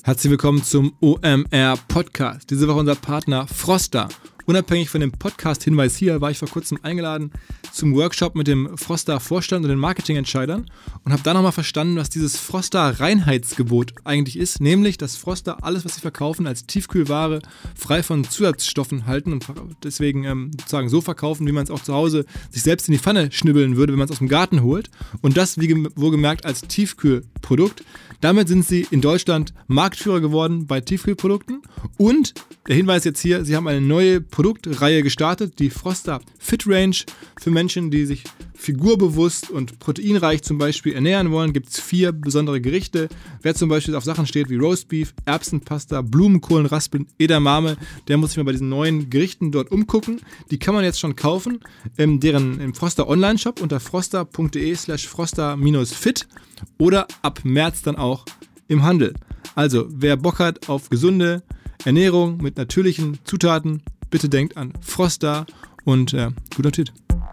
Herzlich willkommen zum OMR Podcast. Diese Woche unser Partner Froster. Unabhängig von dem Podcast-Hinweis hier war ich vor kurzem eingeladen zum Workshop mit dem Froster-Vorstand und den Marketingentscheidern und habe da nochmal verstanden, was dieses Froster-Reinheitsgebot eigentlich ist, nämlich, dass Froster alles, was sie verkaufen, als Tiefkühlware frei von Zusatzstoffen halten und deswegen sozusagen so verkaufen, wie man es auch zu Hause sich selbst in die Pfanne schnibbeln würde, wenn man es aus dem Garten holt und das, wie wohlgemerkt, als Tiefkühlprodukt. Damit sind sie in Deutschland Marktführer geworden bei Tiefkühlprodukten und der Hinweis jetzt hier, sie haben eine neue Produktreihe gestartet, die Froster Fit Range. Für Menschen, die sich figurbewusst und proteinreich zum Beispiel ernähren wollen, gibt es 4 besondere Gerichte. Wer zum Beispiel auf Sachen steht wie Roastbeef, Erbsenpasta, Blumenkohlenraspeln, Edamame, der muss sich mal bei diesen neuen Gerichten dort umgucken. Die kann man jetzt schon kaufen, im Froster Online-Shop unter froster.de/froster-fit oder ab März dann auch im Handel. Also, wer Bock hat auf gesunde Ernährung mit natürlichen Zutaten, bitte denkt an Froster und guter Appetit.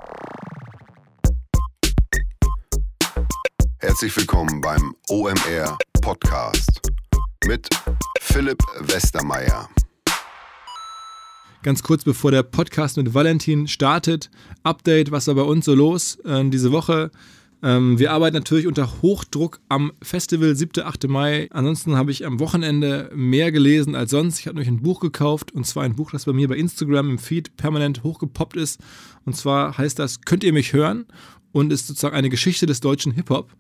Herzlich willkommen beim OMR Podcast mit Philipp Westermeier. Ganz kurz bevor der Podcast mit Valentin startet, Update, was war bei uns so los diese Woche? Wir arbeiten natürlich unter Hochdruck am Festival, 7. 8. Mai. Ansonsten habe ich am Wochenende mehr gelesen als sonst. Ich habe nämlich ein Buch gekauft, und zwar ein Buch, das bei mir bei Instagram im Feed permanent hochgepoppt ist. Und zwar heißt das "Könnt ihr mich hören?" und ist sozusagen eine Geschichte des deutschen Hip-Hop.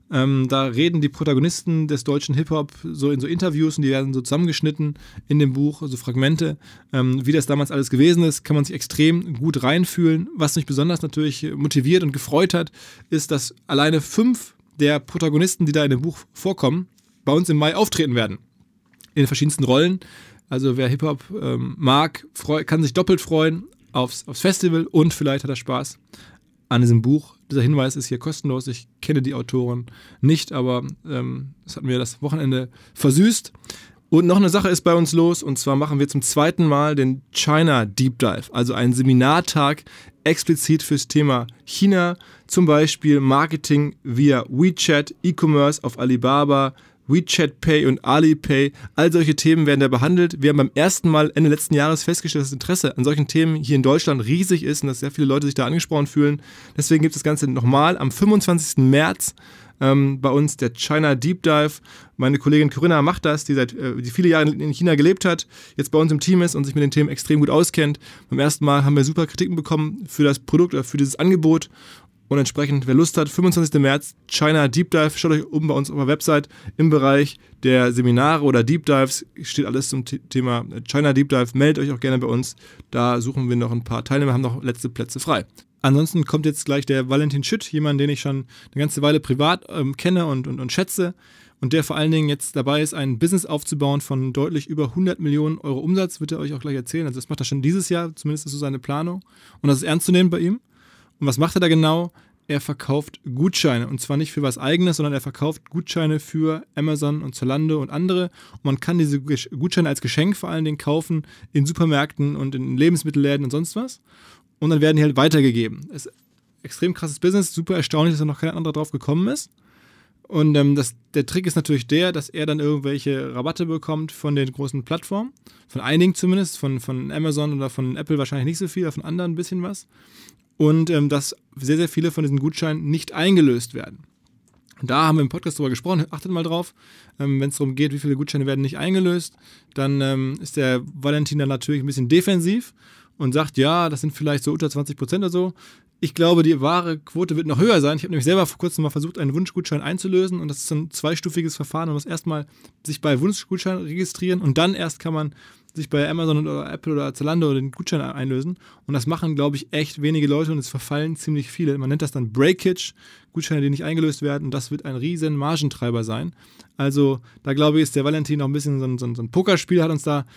Da reden die Protagonisten des deutschen Hip-Hop so in so Interviews und die werden so zusammengeschnitten in dem Buch, so Fragmente. Wie das damals alles gewesen ist, kann man sich extrem gut reinfühlen. Was mich besonders natürlich motiviert und gefreut hat, ist, dass alleine 5 der Protagonisten, die da in dem Buch vorkommen, bei uns im Mai auftreten werden. In den verschiedensten Rollen. Also wer Hip-Hop mag, kann sich doppelt freuen aufs Festival und vielleicht hat er Spaß an diesem Buch. Dieser Hinweis ist hier kostenlos. Ich kenne die Autoren nicht, aber das hat mir das Wochenende versüßt. Und noch eine Sache ist bei uns los, und zwar machen wir zum 2. Mal den China Deep Dive, also einen Seminartag explizit fürs Thema China, zum Beispiel Marketing via WeChat, E-Commerce auf Alibaba, WeChat Pay und Alipay, all solche Themen werden da behandelt. Wir haben beim ersten Mal Ende letzten Jahres festgestellt, dass das Interesse an solchen Themen hier in Deutschland riesig ist und dass sehr viele Leute sich da angesprochen fühlen. Deswegen gibt es das Ganze nochmal am 25. März bei uns, der China Deep Dive. Meine Kollegin Corinna macht das, die viele Jahre in China gelebt hat, jetzt bei uns im Team ist und sich mit den Themen extrem gut auskennt. Beim ersten Mal haben wir super Kritiken bekommen für das Produkt oder für dieses Angebot. Und entsprechend, wer Lust hat, 25. März, China Deep Dive, schaut euch oben bei uns auf der Website im Bereich der Seminare oder Deep Dives, steht alles zum Thema China Deep Dive, meldet euch auch gerne bei uns, da suchen wir noch ein paar Teilnehmer, haben noch letzte Plätze frei. Ansonsten kommt jetzt gleich der Valentin Schütt, jemand, den ich schon eine ganze Weile privat kenne und schätze und der vor allen Dingen jetzt dabei ist, ein Business aufzubauen von deutlich über 100 Millionen Euro Umsatz, wird er euch auch gleich erzählen, also das macht er schon dieses Jahr, zumindest ist so seine Planung und das ist ernst zu nehmen bei ihm. Und was macht er da genau? Er verkauft Gutscheine. Und zwar nicht für was Eigenes, sondern er verkauft Gutscheine für Amazon und Zalando und andere. Und man kann diese Gutscheine als Geschenk vor allen Dingen kaufen in Supermärkten und in Lebensmittelläden und sonst was. Und dann werden die halt weitergegeben. Es ist ein extrem krasses Business. Super erstaunlich, dass da noch kein anderer drauf gekommen ist. Und der Trick ist natürlich dass er dann irgendwelche Rabatte bekommt von den großen Plattformen. Von einigen zumindest. Von Amazon oder von Apple wahrscheinlich nicht so viel, aber von anderen ein bisschen was. Und dass sehr, sehr viele von diesen Gutscheinen nicht eingelöst werden. Und da haben wir im Podcast drüber gesprochen, achtet mal drauf, wenn es darum geht, wie viele Gutscheine werden nicht eingelöst, dann ist der Valentin dann natürlich ein bisschen defensiv und sagt, ja, das sind vielleicht so unter 20% oder so. Ich glaube, die wahre Quote wird noch höher sein. Ich habe nämlich selber vor kurzem mal versucht, einen Wunschgutschein einzulösen und das ist ein 2-stufiges Verfahren. Man muss erstmal sich bei Wunschgutschein registrieren und dann erst kann man sich bei Amazon oder Apple oder Zalando den Gutschein einlösen. Und das machen, glaube ich, echt wenige Leute und es verfallen ziemlich viele. Man nennt das dann Breakage, Gutscheine, die nicht eingelöst werden. Und das wird ein riesen Margentreiber sein. Also da, glaube ich, ist der Valentin noch ein bisschen so ein Pokerspiel, hat uns da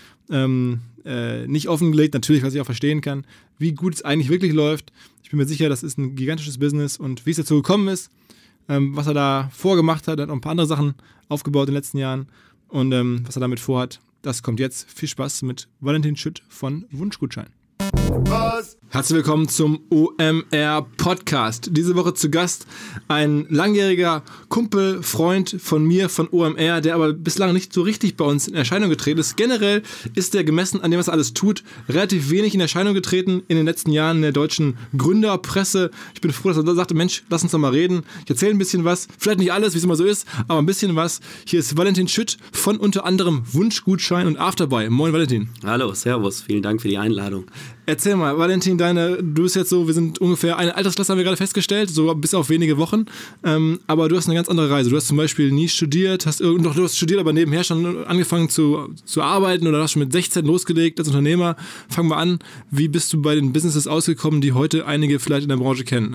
nicht offengelegt. Natürlich, was ich auch verstehen kann, wie gut es eigentlich wirklich läuft. Ich bin mir sicher, das ist ein gigantisches Business. Und wie es dazu gekommen ist, was er da vorgemacht hat, er hat auch ein paar andere Sachen aufgebaut in den letzten Jahren. Und was er damit vorhat, das kommt jetzt. Viel Spaß mit Valentin Schütt von Wunschgutschein. Was? Herzlich willkommen zum OMR Podcast. Diese Woche zu Gast ein langjähriger Kumpel, Freund von mir, von OMR, der aber bislang nicht so richtig bei uns in Erscheinung getreten ist. Generell ist der gemessen an dem, was er alles tut, relativ wenig in Erscheinung getreten in den letzten Jahren in der deutschen Gründerpresse. Ich bin froh, dass er sagte, Mensch, lass uns doch mal reden. Ich erzähle ein bisschen was. Vielleicht nicht alles, wie es immer so ist, aber ein bisschen was. Hier ist Valentin Schütt von unter anderem Wunschgutschein und Afterbuy. Moin Valentin. Hallo, servus. Vielen Dank für die Einladung. Erzähl mal, Valentin, du bist jetzt so, wir sind ungefähr eine Altersklasse, haben wir gerade festgestellt, so bis auf wenige Wochen, aber du hast eine ganz andere Reise. Du hast zum Beispiel nie studiert, du hast studiert, aber nebenher schon angefangen zu arbeiten oder hast schon mit 16 losgelegt als Unternehmer. Fangen wir an, wie bist du bei den Businesses ausgekommen, die heute einige vielleicht in der Branche kennen?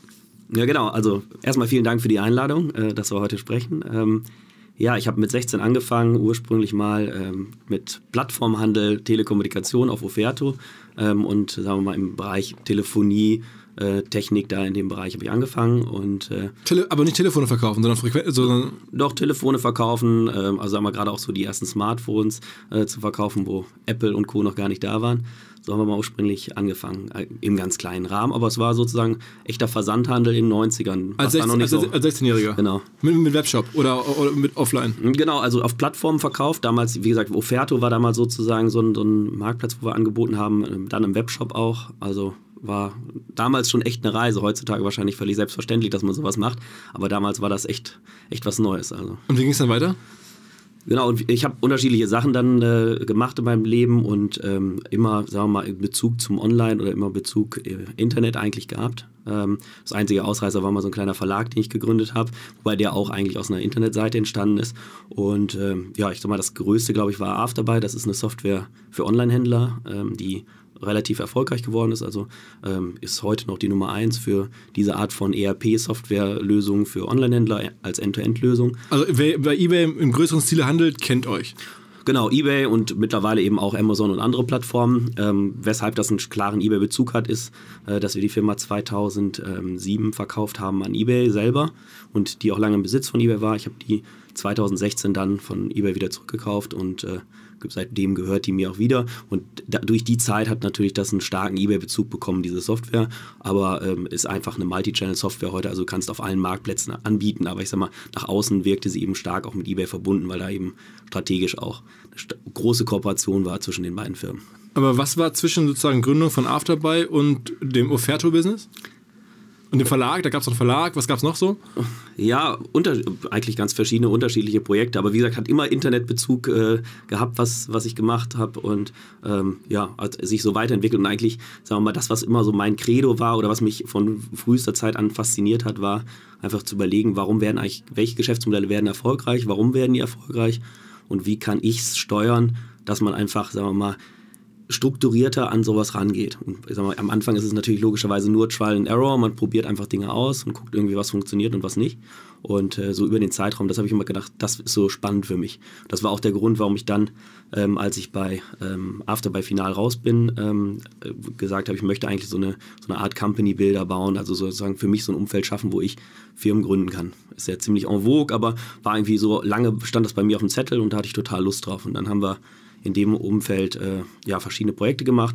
Ja, genau, also erstmal vielen Dank für die Einladung, dass wir heute sprechen. Ja, ich habe mit 16 angefangen, ursprünglich mal mit Plattformhandel, Telekommunikation auf Offerto und sagen wir mal im Bereich Telefonie, Technik, da in dem Bereich habe ich angefangen. Und, aber nicht Telefone verkaufen, sondern doch, Telefone verkaufen, also sagen wir gerade auch so die ersten Smartphones zu verkaufen, wo Apple und Co. noch gar nicht da waren. So haben wir mal ursprünglich angefangen, im ganz kleinen Rahmen, aber es war sozusagen echter Versandhandel in den 90ern. Als 16-Jähriger? Genau. Mit Webshop oder mit Offline? Genau, also auf Plattformen verkauft. Damals, wie gesagt, Offerto war damals sozusagen so ein Marktplatz, wo wir angeboten haben, dann im Webshop auch. Also war damals schon echt eine Reise. Heutzutage wahrscheinlich völlig selbstverständlich, dass man sowas macht. Aber damals war das echt was Neues. Also. Und wie ging es dann weiter? Genau, und ich habe unterschiedliche Sachen dann gemacht in meinem Leben und immer, sagen wir mal, in Bezug zum Online oder immer Bezug Internet eigentlich gehabt. Das einzige Ausreißer war mal so ein kleiner Verlag, den ich gegründet habe, wobei der auch eigentlich aus einer Internetseite entstanden ist. Und ja, ich sag mal, das Größte, glaube ich, war Afterbuy. Das ist eine Software für Online-Händler, die relativ erfolgreich geworden ist, also ist heute noch die Nummer 1 für diese Art von ERP-Software-Lösungen für Online-Händler als End-to-End-Lösung. Also wer bei eBay im größeren Stile handelt, kennt euch. Genau, eBay und mittlerweile eben auch Amazon und andere Plattformen. Weshalb das einen klaren eBay-Bezug hat, ist, dass wir die Firma 2007 verkauft haben an eBay selber und die auch lange im Besitz von eBay war. Ich habe die 2016 dann von eBay wieder zurückgekauft und seitdem gehört die mir auch wieder. Und durch die Zeit hat natürlich das einen starken eBay-Bezug bekommen, diese Software. Aber ist einfach eine Multi-Channel-Software heute. Also du kannst auf allen Marktplätzen anbieten. Aber ich sag mal, nach außen wirkte sie eben stark auch mit eBay verbunden, weil da eben strategisch auch eine große Kooperation war zwischen den beiden Firmen. Aber was war zwischen sozusagen Gründung von Afterbuy und dem Offerto-Business? Und dem Verlag, da gab es noch einen Verlag, was gab es noch so? Ja, eigentlich ganz verschiedene unterschiedliche Projekte, aber wie gesagt, hat immer Internetbezug gehabt, was ich gemacht habe und ja, hat sich so weiterentwickelt und eigentlich, sagen wir mal, das, was immer so mein Credo war oder was mich von frühester Zeit an fasziniert hat, war einfach zu überlegen, welche Geschäftsmodelle werden erfolgreich, warum werden die erfolgreich und wie kann ich es steuern, dass man einfach, sagen wir mal, strukturierter an sowas rangeht. Und ich sag mal, am Anfang ist es natürlich logischerweise nur Trial and Error, man probiert einfach Dinge aus und guckt irgendwie, was funktioniert und was nicht. Und so über den Zeitraum, das habe ich immer gedacht, das ist so spannend für mich. Das war auch der Grund, warum ich dann, als ich bei Afterbuy final raus bin, gesagt habe, ich möchte eigentlich so eine Art Company-Builder bauen, also sozusagen für mich so ein Umfeld schaffen, wo ich Firmen gründen kann. Ist ja ziemlich en vogue, aber war irgendwie so lange, stand das bei mir auf dem Zettel und da hatte ich total Lust drauf. Und dann haben wir in dem Umfeld verschiedene Projekte gemacht.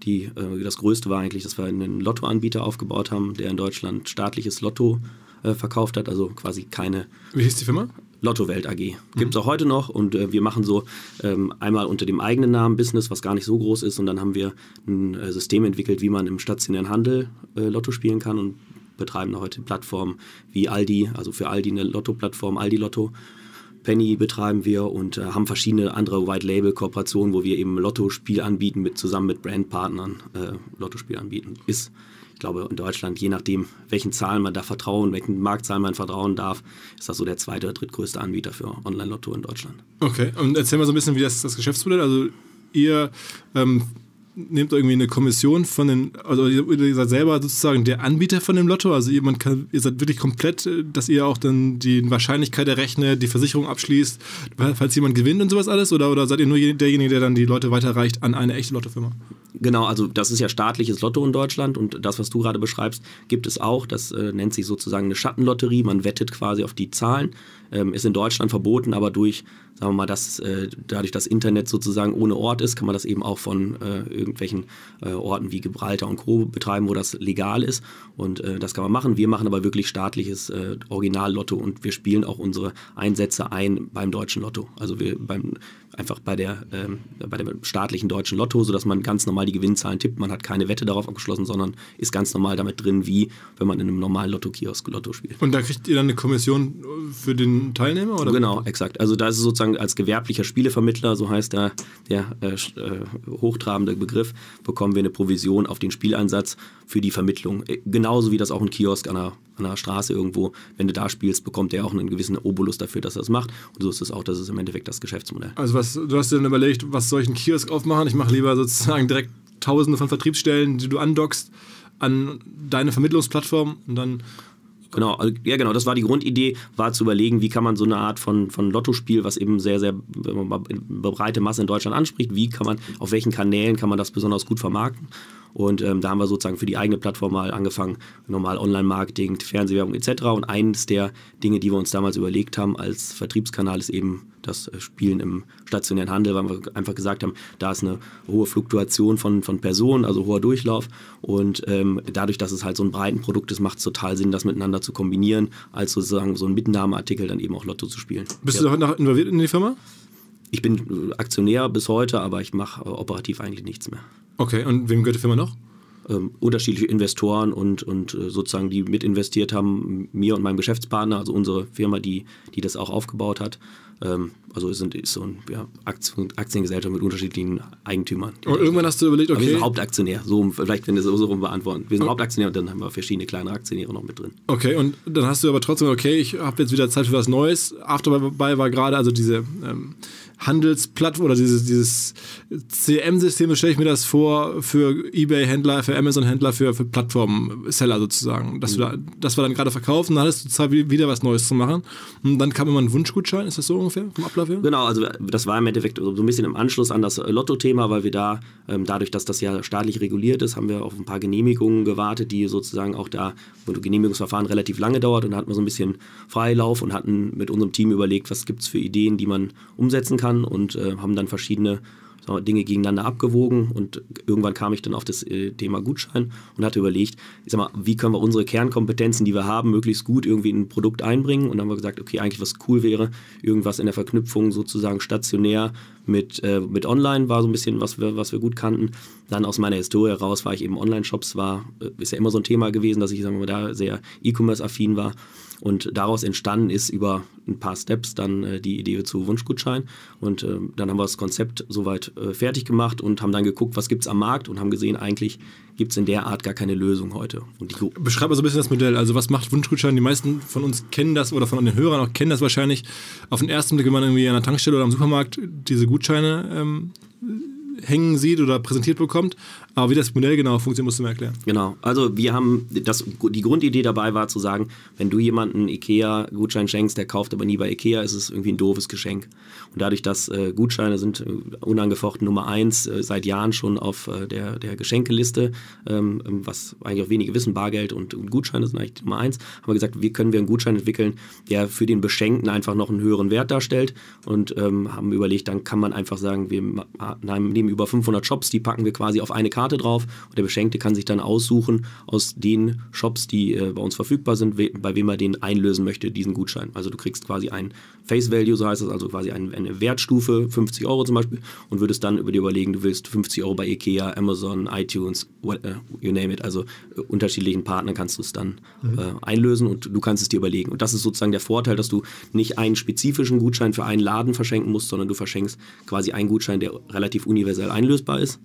Das größte war eigentlich, dass wir einen Lottoanbieter aufgebaut haben, der in Deutschland staatliches Lotto verkauft hat, also quasi keine... Wie hieß die Firma? Lottowelt AG. Gibt es auch heute noch und wir machen so einmal unter dem eigenen Namen Business, was gar nicht so groß ist und dann haben wir ein System entwickelt, wie man im stationären Handel Lotto spielen kann und betreiben da heute Plattformen wie Aldi, also für Aldi eine Lotto-Plattform, Aldi Lotto. Penny betreiben wir und haben verschiedene andere White-Label-Kooperationen, wo wir eben Lottospiel anbieten, zusammen mit Brandpartnern Lottospiel anbieten. Ist, ich glaube, in Deutschland, je nachdem, welchen Zahlen man da vertrauen, welchen Marktzahlen man vertrauen darf, ist das so der zweite oder drittgrößte Anbieter für Online-Lotto in Deutschland. Okay, und erzähl mal so ein bisschen, wie das Geschäftsmodell, also ihr nehmt irgendwie eine Kommission von den, also ihr seid selber sozusagen der Anbieter von dem Lotto, also ihr seid wirklich komplett, dass ihr auch dann die Wahrscheinlichkeit errechnet, die Versicherung abschließt, falls jemand gewinnt und sowas alles, oder seid ihr nur derjenige, der dann die Leute weiterreicht an eine echte Lottofirma? Genau, also das ist ja staatliches Lotto in Deutschland und das, was du gerade beschreibst, gibt es auch. Das nennt sich sozusagen eine Schattenlotterie. Man wettet quasi auf die Zahlen. ist in Deutschland verboten, aber dadurch, dass Internet sozusagen ohne Ort ist, kann man das eben auch von irgendwelchen Orten wie Gibraltar und Co. betreiben, wo das legal ist. Und das kann man machen. Wir machen aber wirklich staatliches Original-Lotto und wir spielen auch unsere Einsätze ein beim deutschen Lotto. Also einfach bei der staatlichen deutschen Lotto, sodass man ganz normal die Gewinnzahlen tippt. Man hat keine Wette darauf abgeschlossen, sondern ist ganz normal damit drin, wie wenn man in einem normalen Lotto-Kiosk Lotto spielt. Und da kriegt ihr dann eine Kommission für den Teilnehmer? Oder? Genau, exakt. Also da ist es sozusagen als gewerblicher Spielevermittler, so heißt der hochtrabende Begriff, bekommen wir eine Provision auf den Spieleinsatz für die Vermittlung. Genauso wie das auch ein Kiosk an einer Straße irgendwo, wenn du da spielst, bekommt der auch einen gewissen Obolus dafür, dass er das macht. Und so ist es auch, das ist im Endeffekt das Geschäftsmodell. Also du hast dir dann überlegt, was soll ich einen Kiosk aufmachen? Ich mache lieber sozusagen direkt Tausende von Vertriebsstellen, die du andockst an deine Vermittlungsplattform und dann... Genau, das war die Grundidee, war zu überlegen, wie kann man so eine Art von Lottospiel, was eben sehr, sehr breite Masse in Deutschland anspricht, auf welchen Kanälen kann man das besonders gut vermarkten. Und da haben wir sozusagen für die eigene Plattform mal angefangen, normal Online-Marketing, Fernsehwerbung etc. Und eines der Dinge, die wir uns damals überlegt haben als Vertriebskanal, ist eben das Spielen im stationären Handel, weil wir einfach gesagt haben, da ist eine hohe Fluktuation von Personen, also hoher Durchlauf. Und dadurch, dass es halt so ein breiten Produkt ist, macht es total Sinn, das miteinander zu kombinieren, als sozusagen so ein Mitnahmeartikel dann eben auch Lotto zu spielen. Bist du heute noch involviert in die Firma? Ich bin Aktionär bis heute, aber ich mache operativ eigentlich nichts mehr. Okay, und wem gehört die Firma noch? Unterschiedliche Investoren und sozusagen, die mit investiert haben, mir und meinem Geschäftspartner, also unsere Firma, die das auch aufgebaut hat. Also ist so eine Aktiengesellschaft mit unterschiedlichen Eigentümern. Und irgendwann hast du überlegt, okay. Aber wir sind Hauptaktionär, vielleicht wenn wir so rum beantworten. Wir sind Hauptaktionär und dann haben wir verschiedene kleine Aktionäre noch mit drin. Okay, und dann hast du aber trotzdem, okay, ich habe jetzt wieder Zeit für was Neues. Afterbuy war gerade, also diese Handelsplattform oder dieses CRM-System, so stelle ich mir das vor, für eBay-Händler, für Amazon-Händler, für Plattform-Seller sozusagen. Das war dann gerade verkauft und dann hattest du Zeit, wieder was Neues zu machen. Und dann kam immer ein Wunschgutschein, ist das so ungefähr vom Ablauf her? Genau, also das war im Endeffekt so ein bisschen im Anschluss an das Lotto-Thema, weil wir da, dadurch, dass das ja staatlich reguliert ist, haben wir auf ein paar Genehmigungen gewartet, die sozusagen auch da, wo das Genehmigungsverfahren relativ lange dauert, und da hatten wir so ein bisschen Freilauf und hatten mit unserem Team überlegt, was gibt es für Ideen, die man umsetzen kann, und haben dann verschiedene Dinge gegeneinander abgewogen, und irgendwann kam ich dann auf das Thema Gutschein und hatte überlegt, wie können wir unsere Kernkompetenzen, die wir haben, möglichst gut irgendwie in ein Produkt einbringen, und dann haben wir gesagt, okay, eigentlich was cool wäre, irgendwas in der Verknüpfung sozusagen stationär mit Online war so ein bisschen, was wir gut kannten. Dann aus meiner Historie heraus war ich eben Online-Shops, ist ja immer so ein Thema gewesen, dass ich da sehr E-Commerce-affin war. Und daraus entstanden ist über ein paar Steps dann die Idee zu Wunschgutschein. Und dann haben wir das Konzept soweit fertig gemacht und haben dann geguckt, was gibt es am Markt, und haben gesehen, eigentlich gibt es in der Art gar keine Lösung heute. Beschreib mal so ein bisschen das Modell. Also was macht Wunschgutschein? Die meisten von uns kennen das, oder von den Hörern auch kennen das wahrscheinlich. Auf den ersten Blick, wenn man irgendwie an der Tankstelle oder am Supermarkt diese Gutscheine hängen sieht oder präsentiert bekommt. Aber wie das Modell genau funktioniert, musst du mir erklären. Genau, also wir haben die Grundidee dabei war zu sagen, wenn du jemanden IKEA-Gutschein schenkst, der kauft aber nie bei IKEA, ist es irgendwie ein doofes Geschenk. Und dadurch, dass Gutscheine sind unangefochten Nummer 1 seit Jahren schon auf der Geschenkeliste, was eigentlich auch wenige wissen, Bargeld und Gutscheine sind eigentlich Nummer 1, haben wir gesagt, wie können wir einen Gutschein entwickeln, der für den Beschenkten einfach noch einen höheren Wert darstellt, und haben überlegt, dann kann man einfach sagen, wir nehmen über 500 Shops, die packen wir quasi auf eine Karte drauf, und der Beschenkte kann sich dann aussuchen aus den Shops, die bei uns verfügbar sind, bei wem er den einlösen möchte, diesen Gutschein. Also du kriegst quasi ein Face Value, so heißt das, also quasi eine Wertstufe, 50 € zum Beispiel, und würdest dann über dir überlegen, du willst 50 € bei IKEA, Amazon, iTunes, you name it, also unterschiedlichen Partnern kannst du es dann einlösen, und du kannst es dir überlegen. Und das ist sozusagen der Vorteil, dass du nicht einen spezifischen Gutschein für einen Laden verschenken musst, sondern du verschenkst quasi einen Gutschein, der relativ universell einlösbar ist.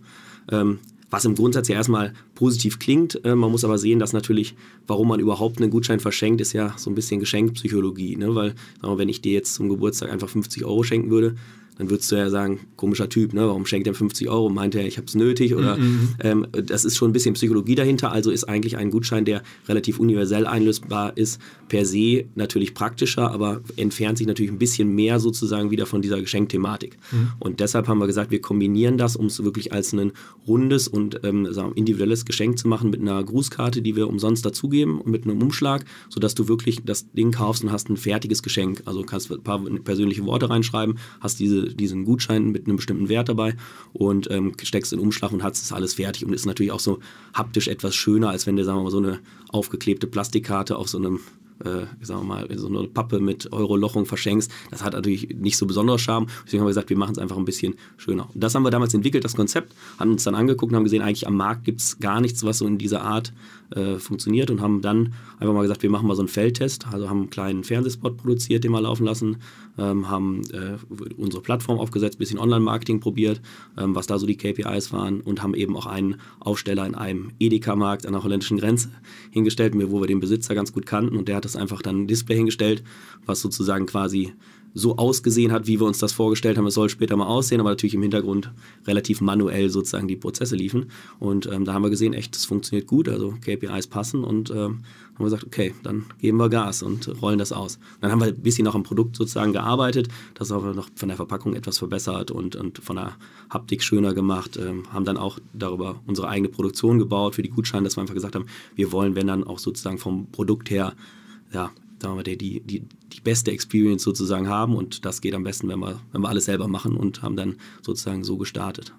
Was im Grundsatz ja erstmal positiv klingt. Man muss aber sehen, dass natürlich, warum man überhaupt einen Gutschein verschenkt, ist ja so ein bisschen Geschenkpsychologie. Ne? Weil, sagen wir, wenn ich dir jetzt zum Geburtstag einfach 50 € schenken würde, dann würdest du ja sagen, komischer Typ, ne? Warum schenkt er 50 Euro? Meint er, ich habe es nötig? Oder das ist schon ein bisschen Psychologie dahinter. Also ist eigentlich ein Gutschein, der relativ universell einlösbar ist, per se natürlich praktischer, aber entfernt sich natürlich ein bisschen mehr sozusagen wieder von dieser Geschenkthematik. Und deshalb haben wir gesagt, wir kombinieren das, um es wirklich als ein rundes und individuelles Geschenk zu machen mit einer Grußkarte, die wir umsonst dazugeben und mit einem Umschlag, sodass du wirklich das Ding kaufst und hast ein fertiges Geschenk. Also kannst ein paar persönliche Worte reinschreiben, hast diesen Gutschein mit einem bestimmten Wert dabei und steckst in den Umschlag und hast das alles fertig und ist natürlich auch so haptisch etwas schöner, als wenn du, sagen wir mal, so eine aufgeklebte Plastikkarte auf so einem sagen wir mal, so eine Pappe mit Euro-Lochung verschenkst. Das hat natürlich nicht so besonderes Charme. Deswegen haben wir gesagt, wir machen es einfach ein bisschen schöner. Und das haben wir damals entwickelt, das Konzept, haben uns dann angeguckt und haben gesehen, eigentlich am Markt gibt es gar nichts, was so in dieser Art funktioniert und haben dann einfach mal gesagt, wir machen mal so einen Feldtest, also haben einen kleinen Fernsehspot produziert, den wir laufen lassen, haben unsere Plattform aufgesetzt, ein bisschen Online-Marketing probiert, was da so die KPIs waren und haben eben auch einen Aufsteller in einem Edeka-Markt an der holländischen Grenze hingestellt, wo wir den Besitzer ganz gut kannten und der hat das einfach dann ein Display hingestellt, was sozusagen quasi so ausgesehen hat, wie wir uns das vorgestellt haben. Es soll später mal aussehen, aber natürlich im Hintergrund relativ manuell sozusagen die Prozesse liefen. Und da haben wir gesehen, echt, das funktioniert gut, also KPIs passen und haben wir gesagt, okay, dann geben wir Gas und rollen das aus. Dann haben wir ein bisschen noch am Produkt sozusagen gearbeitet, das haben wir noch von der Verpackung etwas verbessert und von der Haptik schöner gemacht, haben dann auch darüber unsere eigene Produktion gebaut für die Gutscheine, dass wir einfach gesagt haben, wir wollen, wenn dann auch sozusagen vom Produkt her, ja, sagen wir, die beste Experience sozusagen haben und das geht am besten, wenn wir alles selber machen und haben dann sozusagen so gestartet.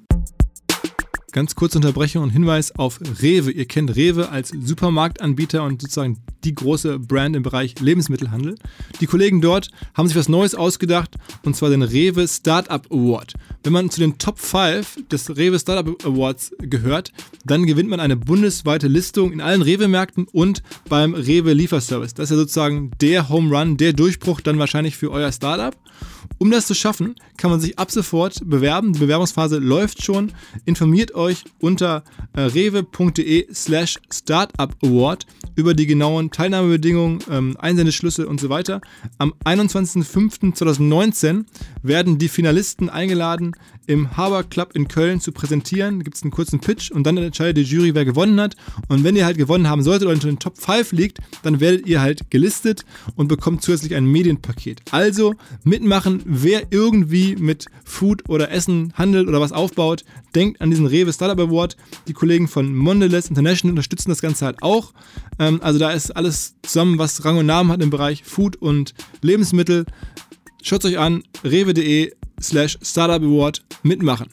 Ganz kurze Unterbrechung und Hinweis auf Rewe. Ihr kennt Rewe als Supermarktanbieter und sozusagen die große Brand im Bereich Lebensmittelhandel. Die Kollegen dort haben sich was Neues ausgedacht und zwar den Rewe Startup Award. Wenn man zu den Top 5 des Rewe Startup Awards gehört, dann gewinnt man eine bundesweite Listung in allen Rewe-Märkten und beim Rewe Lieferservice. Das ist ja sozusagen der Home Run, der Durchbruch dann wahrscheinlich für euer Startup. Um das zu schaffen, kann man sich ab sofort bewerben. Die Bewerbungsphase läuft schon. Informiert euch unter rewe.de/startupaward über die genauen Teilnahmebedingungen, Einsendeschlüsse und so weiter. Am 21.05.2019 werden die Finalisten eingeladen, im Haber Club in Köln zu präsentieren. Da gibt es einen kurzen Pitch und dann entscheidet die Jury, wer gewonnen hat. Und wenn ihr halt gewonnen haben solltet oder unter den Top 5 liegt, dann werdet ihr halt gelistet und bekommt zusätzlich ein Medienpaket. Also mitmachen, wer irgendwie mit Food oder Essen handelt oder was aufbaut, denkt an diesen Rewe Startup Award. Die Kollegen von Mondelez International unterstützen das Ganze halt auch. Also da ist alles zusammen, was Rang und Namen hat im Bereich Food und Lebensmittel. Schaut euch an, rewe.de/Startup Award mitmachen.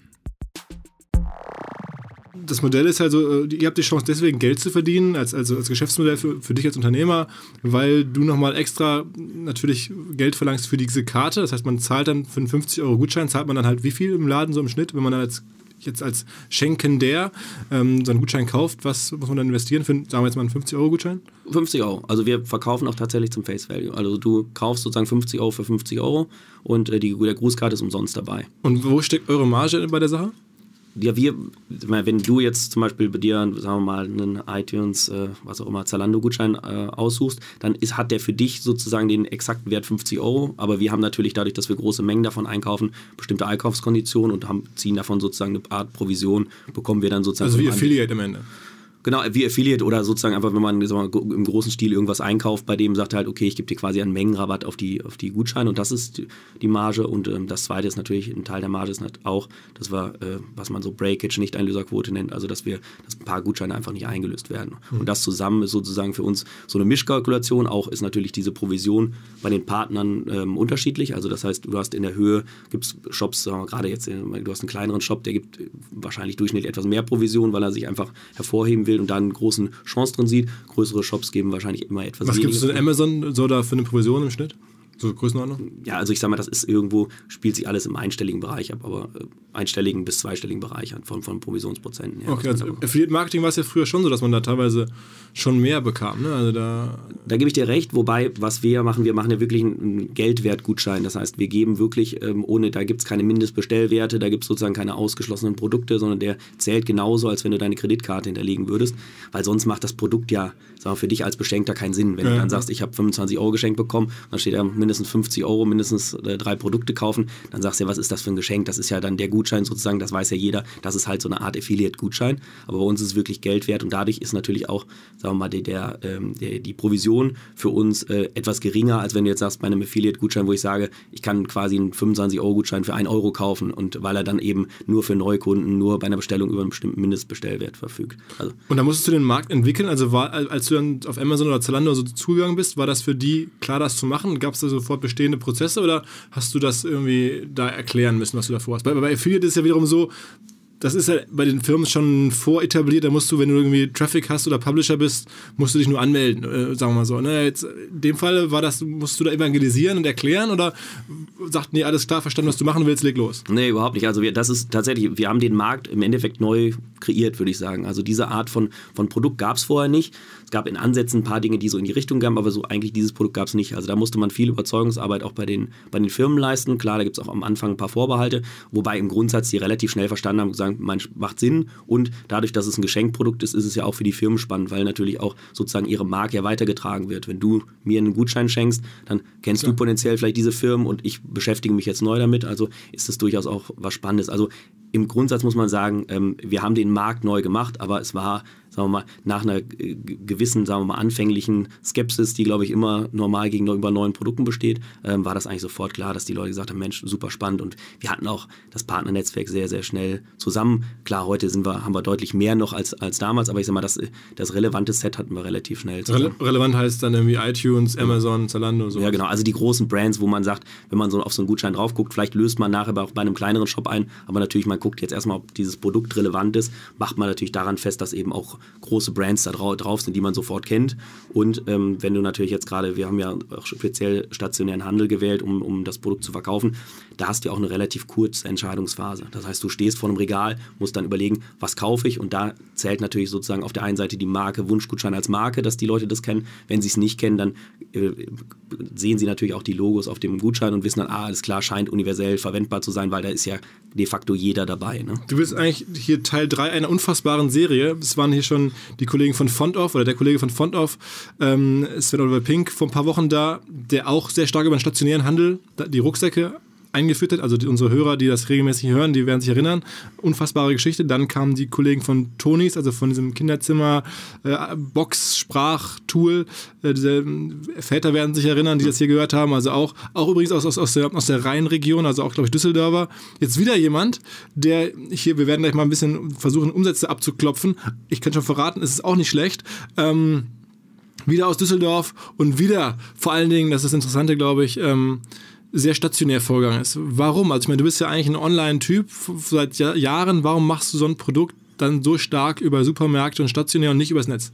Das Modell ist halt so, ihr habt die Chance deswegen Geld zu verdienen, als Geschäftsmodell für dich als Unternehmer, weil du nochmal extra natürlich Geld verlangst für diese Karte. Das heißt, man zahlt dann für einen 50-Euro-Gutschein, zahlt man dann halt wie viel im Laden so im Schnitt, wenn man dann jetzt als Schenkender so einen Gutschein kauft, was muss man dann investieren für, sagen wir jetzt mal, einen 50-Euro-Gutschein? 50 Euro. Also wir verkaufen auch tatsächlich zum Face Value. Also du kaufst sozusagen 50 Euro für 50 Euro und der Grußkarte ist umsonst dabei. Und wo steckt eure Marge bei der Sache? Ja, wenn du jetzt zum Beispiel bei dir, sagen wir mal, einen iTunes, was auch immer, Zalando-Gutschein aussuchst, dann hat der für dich sozusagen den exakten Wert 50 Euro. Aber wir haben natürlich dadurch, dass wir große Mengen davon einkaufen, bestimmte Einkaufskonditionen und ziehen davon sozusagen eine Art Provision, bekommen wir dann sozusagen... Also wie Affiliate am Ende? Genau, wie Affiliate oder sozusagen einfach, wenn man im großen Stil irgendwas einkauft, bei dem sagt er halt, okay, ich gebe dir quasi einen Mengenrabatt auf die Gutscheine und das ist die Marge und das zweite ist natürlich, ein Teil der Marge ist auch, das war, was man so Breakage, Nicht-Einlöserquote nennt, also dass ein paar Gutscheine einfach nicht eingelöst werden. Und das zusammen ist sozusagen für uns so eine Mischkalkulation, auch ist natürlich diese Provision bei den Partnern unterschiedlich, also das heißt, du hast in der Höhe, gibt es Shops, gerade jetzt, du hast einen kleineren Shop, der gibt wahrscheinlich durchschnittlich etwas mehr Provision, weil er sich einfach hervorheben will und da eine große Chance drin sieht. Größere Shops geben wahrscheinlich immer etwas weniger. Was gibt es in Amazon so da für eine Provision im Schnitt? So Größenordnung? Ja, also ich sag mal, das ist irgendwo, spielt sich alles im einstelligen Bereich ab, aber einstelligen bis zweistelligen Bereich von Provisionsprozenten. Ja, okay, also Affiliate-Marketing war es ja früher schon so, dass man da teilweise schon mehr bekam, ne? Also da gebe ich dir recht, wobei, was wir machen ja wirklich einen Geldwertgutschein. Das heißt, wir geben wirklich, da gibt es keine Mindestbestellwerte, da gibt es sozusagen keine ausgeschlossenen Produkte, sondern der zählt genauso, als wenn du deine Kreditkarte hinterlegen würdest, weil sonst macht das Produkt ja, sagen wir, für dich als Beschenkter keinen Sinn. Wenn du dann sagst, ich habe 25 Euro geschenkt bekommen, dann steht da mindestens mindestens 50 €, mindestens 3 Produkte kaufen, dann sagst du ja, was ist das für ein Geschenk? Das ist ja dann der Gutschein sozusagen, das weiß ja jeder, das ist halt so eine Art Affiliate-Gutschein, aber bei uns ist es wirklich Geld wert und dadurch ist natürlich auch, sagen wir mal, die Provision für uns etwas geringer, als wenn du jetzt sagst, bei einem Affiliate-Gutschein, wo ich sage, ich kann quasi einen 25-€ Gutschein für 1 € kaufen und weil er dann eben nur für Neukunden, nur bei einer Bestellung über einen bestimmten Mindestbestellwert verfügt. Also, und da musstest du den Markt entwickeln, also als du dann auf Amazon oder Zalando so zugegangen bist, war das für die klar, das zu machen? Gab es da sofort bestehende Prozesse oder hast du das irgendwie da erklären müssen, was du davor hast? Bei Affiliate ist es ja wiederum so, das ist ja bei den Firmen schon voretabliert, da musst du, wenn du irgendwie Traffic hast oder Publisher bist, musst du dich nur anmelden, sagen wir mal so. Ne? Jetzt, in dem Fall musst du da evangelisieren und erklären oder sagt, nee, alles klar, verstanden, was du machen willst, leg los? Nee, überhaupt nicht. Also das ist tatsächlich, wir haben den Markt im Endeffekt neu kreiert, würde ich sagen. Also diese Art von Produkt gab es vorher nicht. Es gab in Ansätzen ein paar Dinge, die so in die Richtung gaben, aber so eigentlich dieses Produkt gab es nicht. Also da musste man viel Überzeugungsarbeit auch bei den Firmen leisten. Klar, da gibt es auch am Anfang ein paar Vorbehalte, wobei im Grundsatz die relativ schnell verstanden haben und gesagt, macht Sinn und dadurch, dass es ein Geschenkprodukt ist, ist es ja auch für die Firmen spannend, weil natürlich auch sozusagen ihre Marke ja weitergetragen wird. Wenn du mir einen Gutschein schenkst, dann kennst du potenziell vielleicht diese Firmen und ich beschäftige mich jetzt neu damit, also ist das durchaus auch was Spannendes. Also im Grundsatz muss man sagen, wir haben den Markt neu gemacht, aber es war, sagen wir mal, nach einer gewissen, sagen wir mal, anfänglichen Skepsis, die, glaube ich, immer normal gegenüber neuen Produkten besteht, war das eigentlich sofort klar, dass die Leute gesagt haben, Mensch, super spannend und wir hatten auch das Partnernetzwerk sehr, sehr schnell zusammen. Klar, heute haben wir deutlich mehr noch als damals, aber ich sag mal, das relevante Set hatten wir relativ schnell zusammen. Relevant heißt dann irgendwie iTunes, Amazon, Zalando und so. Ja, genau, also die großen Brands, wo man sagt, wenn man so auf so einen Gutschein drauf guckt, vielleicht löst man nachher auch bei einem kleineren Shop ein, aber natürlich, man guckt jetzt erstmal, ob dieses Produkt relevant ist, macht man natürlich daran fest, dass eben auch große Brands da drauf sind, die man sofort kennt. Und wenn du natürlich jetzt gerade, wir haben ja auch speziell stationären Handel gewählt, um das Produkt zu verkaufen, da hast du ja auch eine relativ kurze Entscheidungsphase. Das heißt, du stehst vor einem Regal, musst dann überlegen, was kaufe ich? Und da zählt natürlich sozusagen auf der einen Seite die Marke, Wunschgutschein als Marke, dass die Leute das kennen. Wenn sie es nicht kennen, dann sehen sie natürlich auch die Logos auf dem Gutschein und wissen dann, alles klar, scheint universell verwendbar zu sein, weil da ist ja de facto jeder dabei. Ne? Du bist eigentlich hier Teil 3 einer unfassbaren Serie. Es waren hier schon die Kollegen von Fontoff oder der Kollege von Fontoff, Sven Oliver Pink, vor ein paar Wochen da, der auch sehr stark über den stationären Handel, die Rucksäcke eingeführt hat, also unsere Hörer, die das regelmäßig hören, die werden sich erinnern, unfassbare Geschichte. Dann kamen die Kollegen von Tonys, also von diesem Kinderzimmer Box-Sprach-Tool, diese Väter werden sich erinnern, die das hier gehört haben, also auch übrigens aus der Rheinregion, also auch, glaube ich, Düsseldorfer. Jetzt wieder jemand, der hier, wir werden gleich mal ein bisschen versuchen, Umsätze abzuklopfen. Ich kann schon verraten, es ist auch nicht schlecht. Wieder aus Düsseldorf und wieder, vor allen Dingen, das ist das Interessante, glaube ich, sehr stationär vorgegangen ist. Warum? Also ich meine, du bist ja eigentlich ein Online-Typ seit Jahren. Warum machst du so ein Produkt dann so stark über Supermärkte und stationär und nicht übers Netz?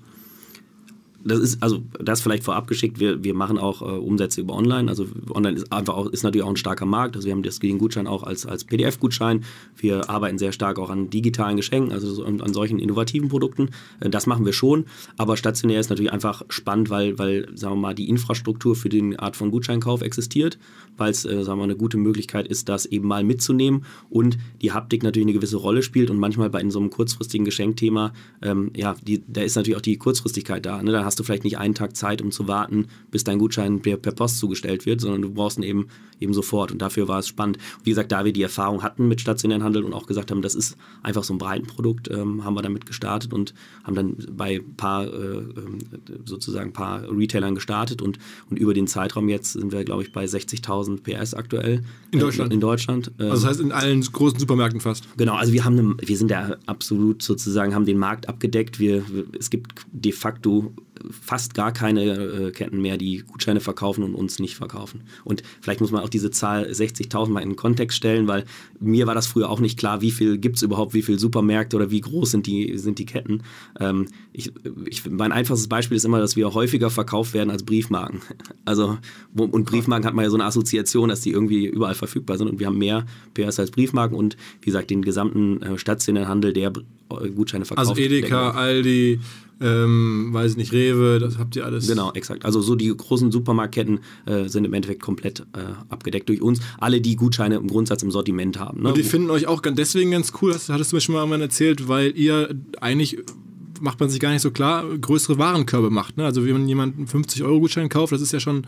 Das vielleicht vorab geschickt, wir machen auch Umsätze über Online, also Online ist natürlich auch ein starker Markt, also wir haben den Gutschein auch als PDF-Gutschein, wir arbeiten sehr stark auch an digitalen Geschenken, also an solchen innovativen Produkten, das machen wir schon, aber stationär ist natürlich einfach spannend, weil sagen wir mal, die Infrastruktur für die Art von Gutscheinkauf existiert, weil es, sagen wir mal, eine gute Möglichkeit ist, das eben mal mitzunehmen und die Haptik natürlich eine gewisse Rolle spielt und manchmal bei so einem kurzfristigen Geschenkthema, da ist natürlich auch die Kurzfristigkeit da, ne? Da hast du vielleicht nicht einen Tag Zeit, um zu warten, bis dein Gutschein per Post zugestellt wird, sondern du brauchst ihn eben sofort. Und dafür war es spannend. Und wie gesagt, da wir die Erfahrung hatten mit stationären Handel und auch gesagt haben, das ist einfach so ein Breitenprodukt, haben wir damit gestartet und haben dann bei ein paar Retailern gestartet und über den Zeitraum jetzt sind wir, glaube ich, bei 60.000 PS aktuell. In Deutschland. Also das heißt in allen großen Supermärkten fast. Genau, also wir sind da absolut sozusagen, haben den Markt abgedeckt. Es gibt de facto fast gar keine Ketten mehr, die Gutscheine verkaufen und uns nicht verkaufen. Und vielleicht muss man auch diese Zahl 60.000 mal in den Kontext stellen, weil mir war das früher auch nicht klar, wie viel gibt es überhaupt, wie viele Supermärkte oder wie groß sind die Ketten. Mein einfachstes Beispiel ist immer, dass wir häufiger verkauft werden als Briefmarken. Also, und Briefmarken hat man ja so eine Assoziation, dass die irgendwie überall verfügbar sind und wir haben mehr PS als Briefmarken und wie gesagt, den gesamten stationären Handel, der Gutscheine verkauft. Also Edeka, Aldi, weiß ich nicht, Rewe, das habt ihr alles. Genau, exakt. Also so die großen Supermarktketten sind im Endeffekt komplett abgedeckt durch uns. Alle, die Gutscheine im Grundsatz im Sortiment haben. Ne? Und die finden euch auch deswegen ganz cool, das hattest du mir schon mal erzählt, weil ihr eigentlich, macht man sich gar nicht so klar, größere Warenkörbe macht. Ne? Also wenn jemand einen 50-Euro-Gutschein kauft, das ist ja schon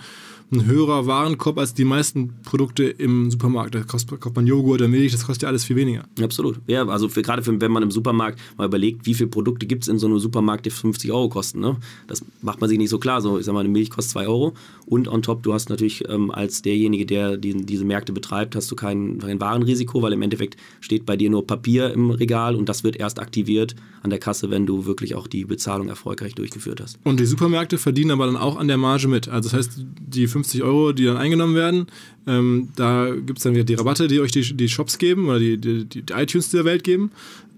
ein höherer Warenkorb als die meisten Produkte im Supermarkt. Da kauft man Joghurt oder Milch, das kostet ja alles viel weniger. Absolut. Ja, also wenn man im Supermarkt mal überlegt, wie viele Produkte gibt es in so einem Supermarkt, die 50 Euro kosten. Ne? Das macht man sich nicht so klar. So, ich sag mal, eine Milch kostet 2 Euro und on top, du hast natürlich als derjenige, der diese Märkte betreibt, hast du kein Warenrisiko, weil im Endeffekt steht bei dir nur Papier im Regal und das wird erst aktiviert an der Kasse, wenn du wirklich auch die Bezahlung erfolgreich durchgeführt hast. Und die Supermärkte verdienen aber dann auch an der Marge mit. Also das heißt, die 50 Euro, die dann eingenommen werden, da gibt es dann wieder die Rabatte, die euch die Shops geben oder die iTunes dieser Welt geben.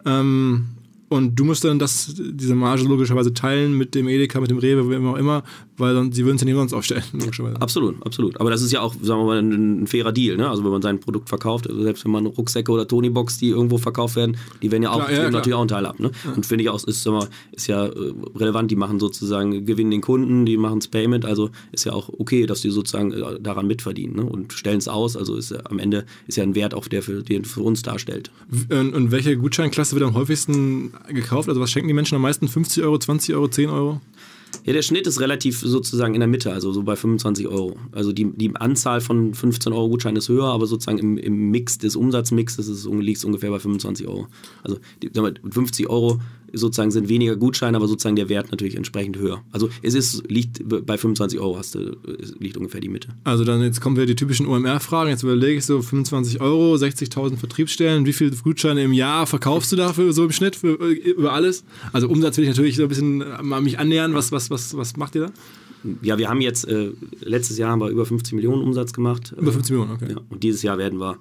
Und du musst dann diese Marge logischerweise teilen mit dem Edeka, mit dem Rewe, wem auch immer, weil sie würden es ja nicht sonst aufstellen. Absolut, absolut. Aber das ist ja auch, sagen wir mal, ein fairer Deal. Ne? Also wenn man sein Produkt verkauft, also selbst wenn man Rucksäcke oder Tonybox, die irgendwo verkauft werden, die werden ja auch natürlich auch einen Teil ab. Ne? Ja. Und finde ich auch, ist ja relevant, die machen sozusagen, gewinnen den Kunden, die machen das Payment, also ist ja auch okay, dass die sozusagen daran mitverdienen, ne? Und stellen es aus, also ist am Ende ist ja ein Wert auch, den für uns darstellt. Und welche Gutscheinklasse wird am häufigsten gekauft? Also was schenken die Menschen am meisten? 50 Euro, 20 Euro, 10 Euro? Ja, der Schnitt ist relativ sozusagen in der Mitte, also so bei 25 Euro. Also die Anzahl von 15 Euro Gutscheinen ist höher, aber sozusagen im Mix des Umsatzmixes liegt es ungefähr bei 25 Euro. Also 50 Euro sozusagen sind weniger Gutscheine, aber sozusagen der Wert natürlich entsprechend höher. Also liegt bei 25 Euro liegt ungefähr die Mitte. Also dann jetzt kommen wir die typischen OMR-Fragen. Jetzt überlege ich so 25 Euro, 60.000 Vertriebsstellen. Wie viele Gutscheine im Jahr verkaufst du dafür so im Schnitt über alles? Also Umsatz will ich natürlich so ein bisschen mal mich annähern. Was macht ihr da? Ja, wir haben jetzt, letztes Jahr haben wir über 50 Millionen Umsatz gemacht. Über 50 Millionen, okay. Ja, und dieses Jahr werden wir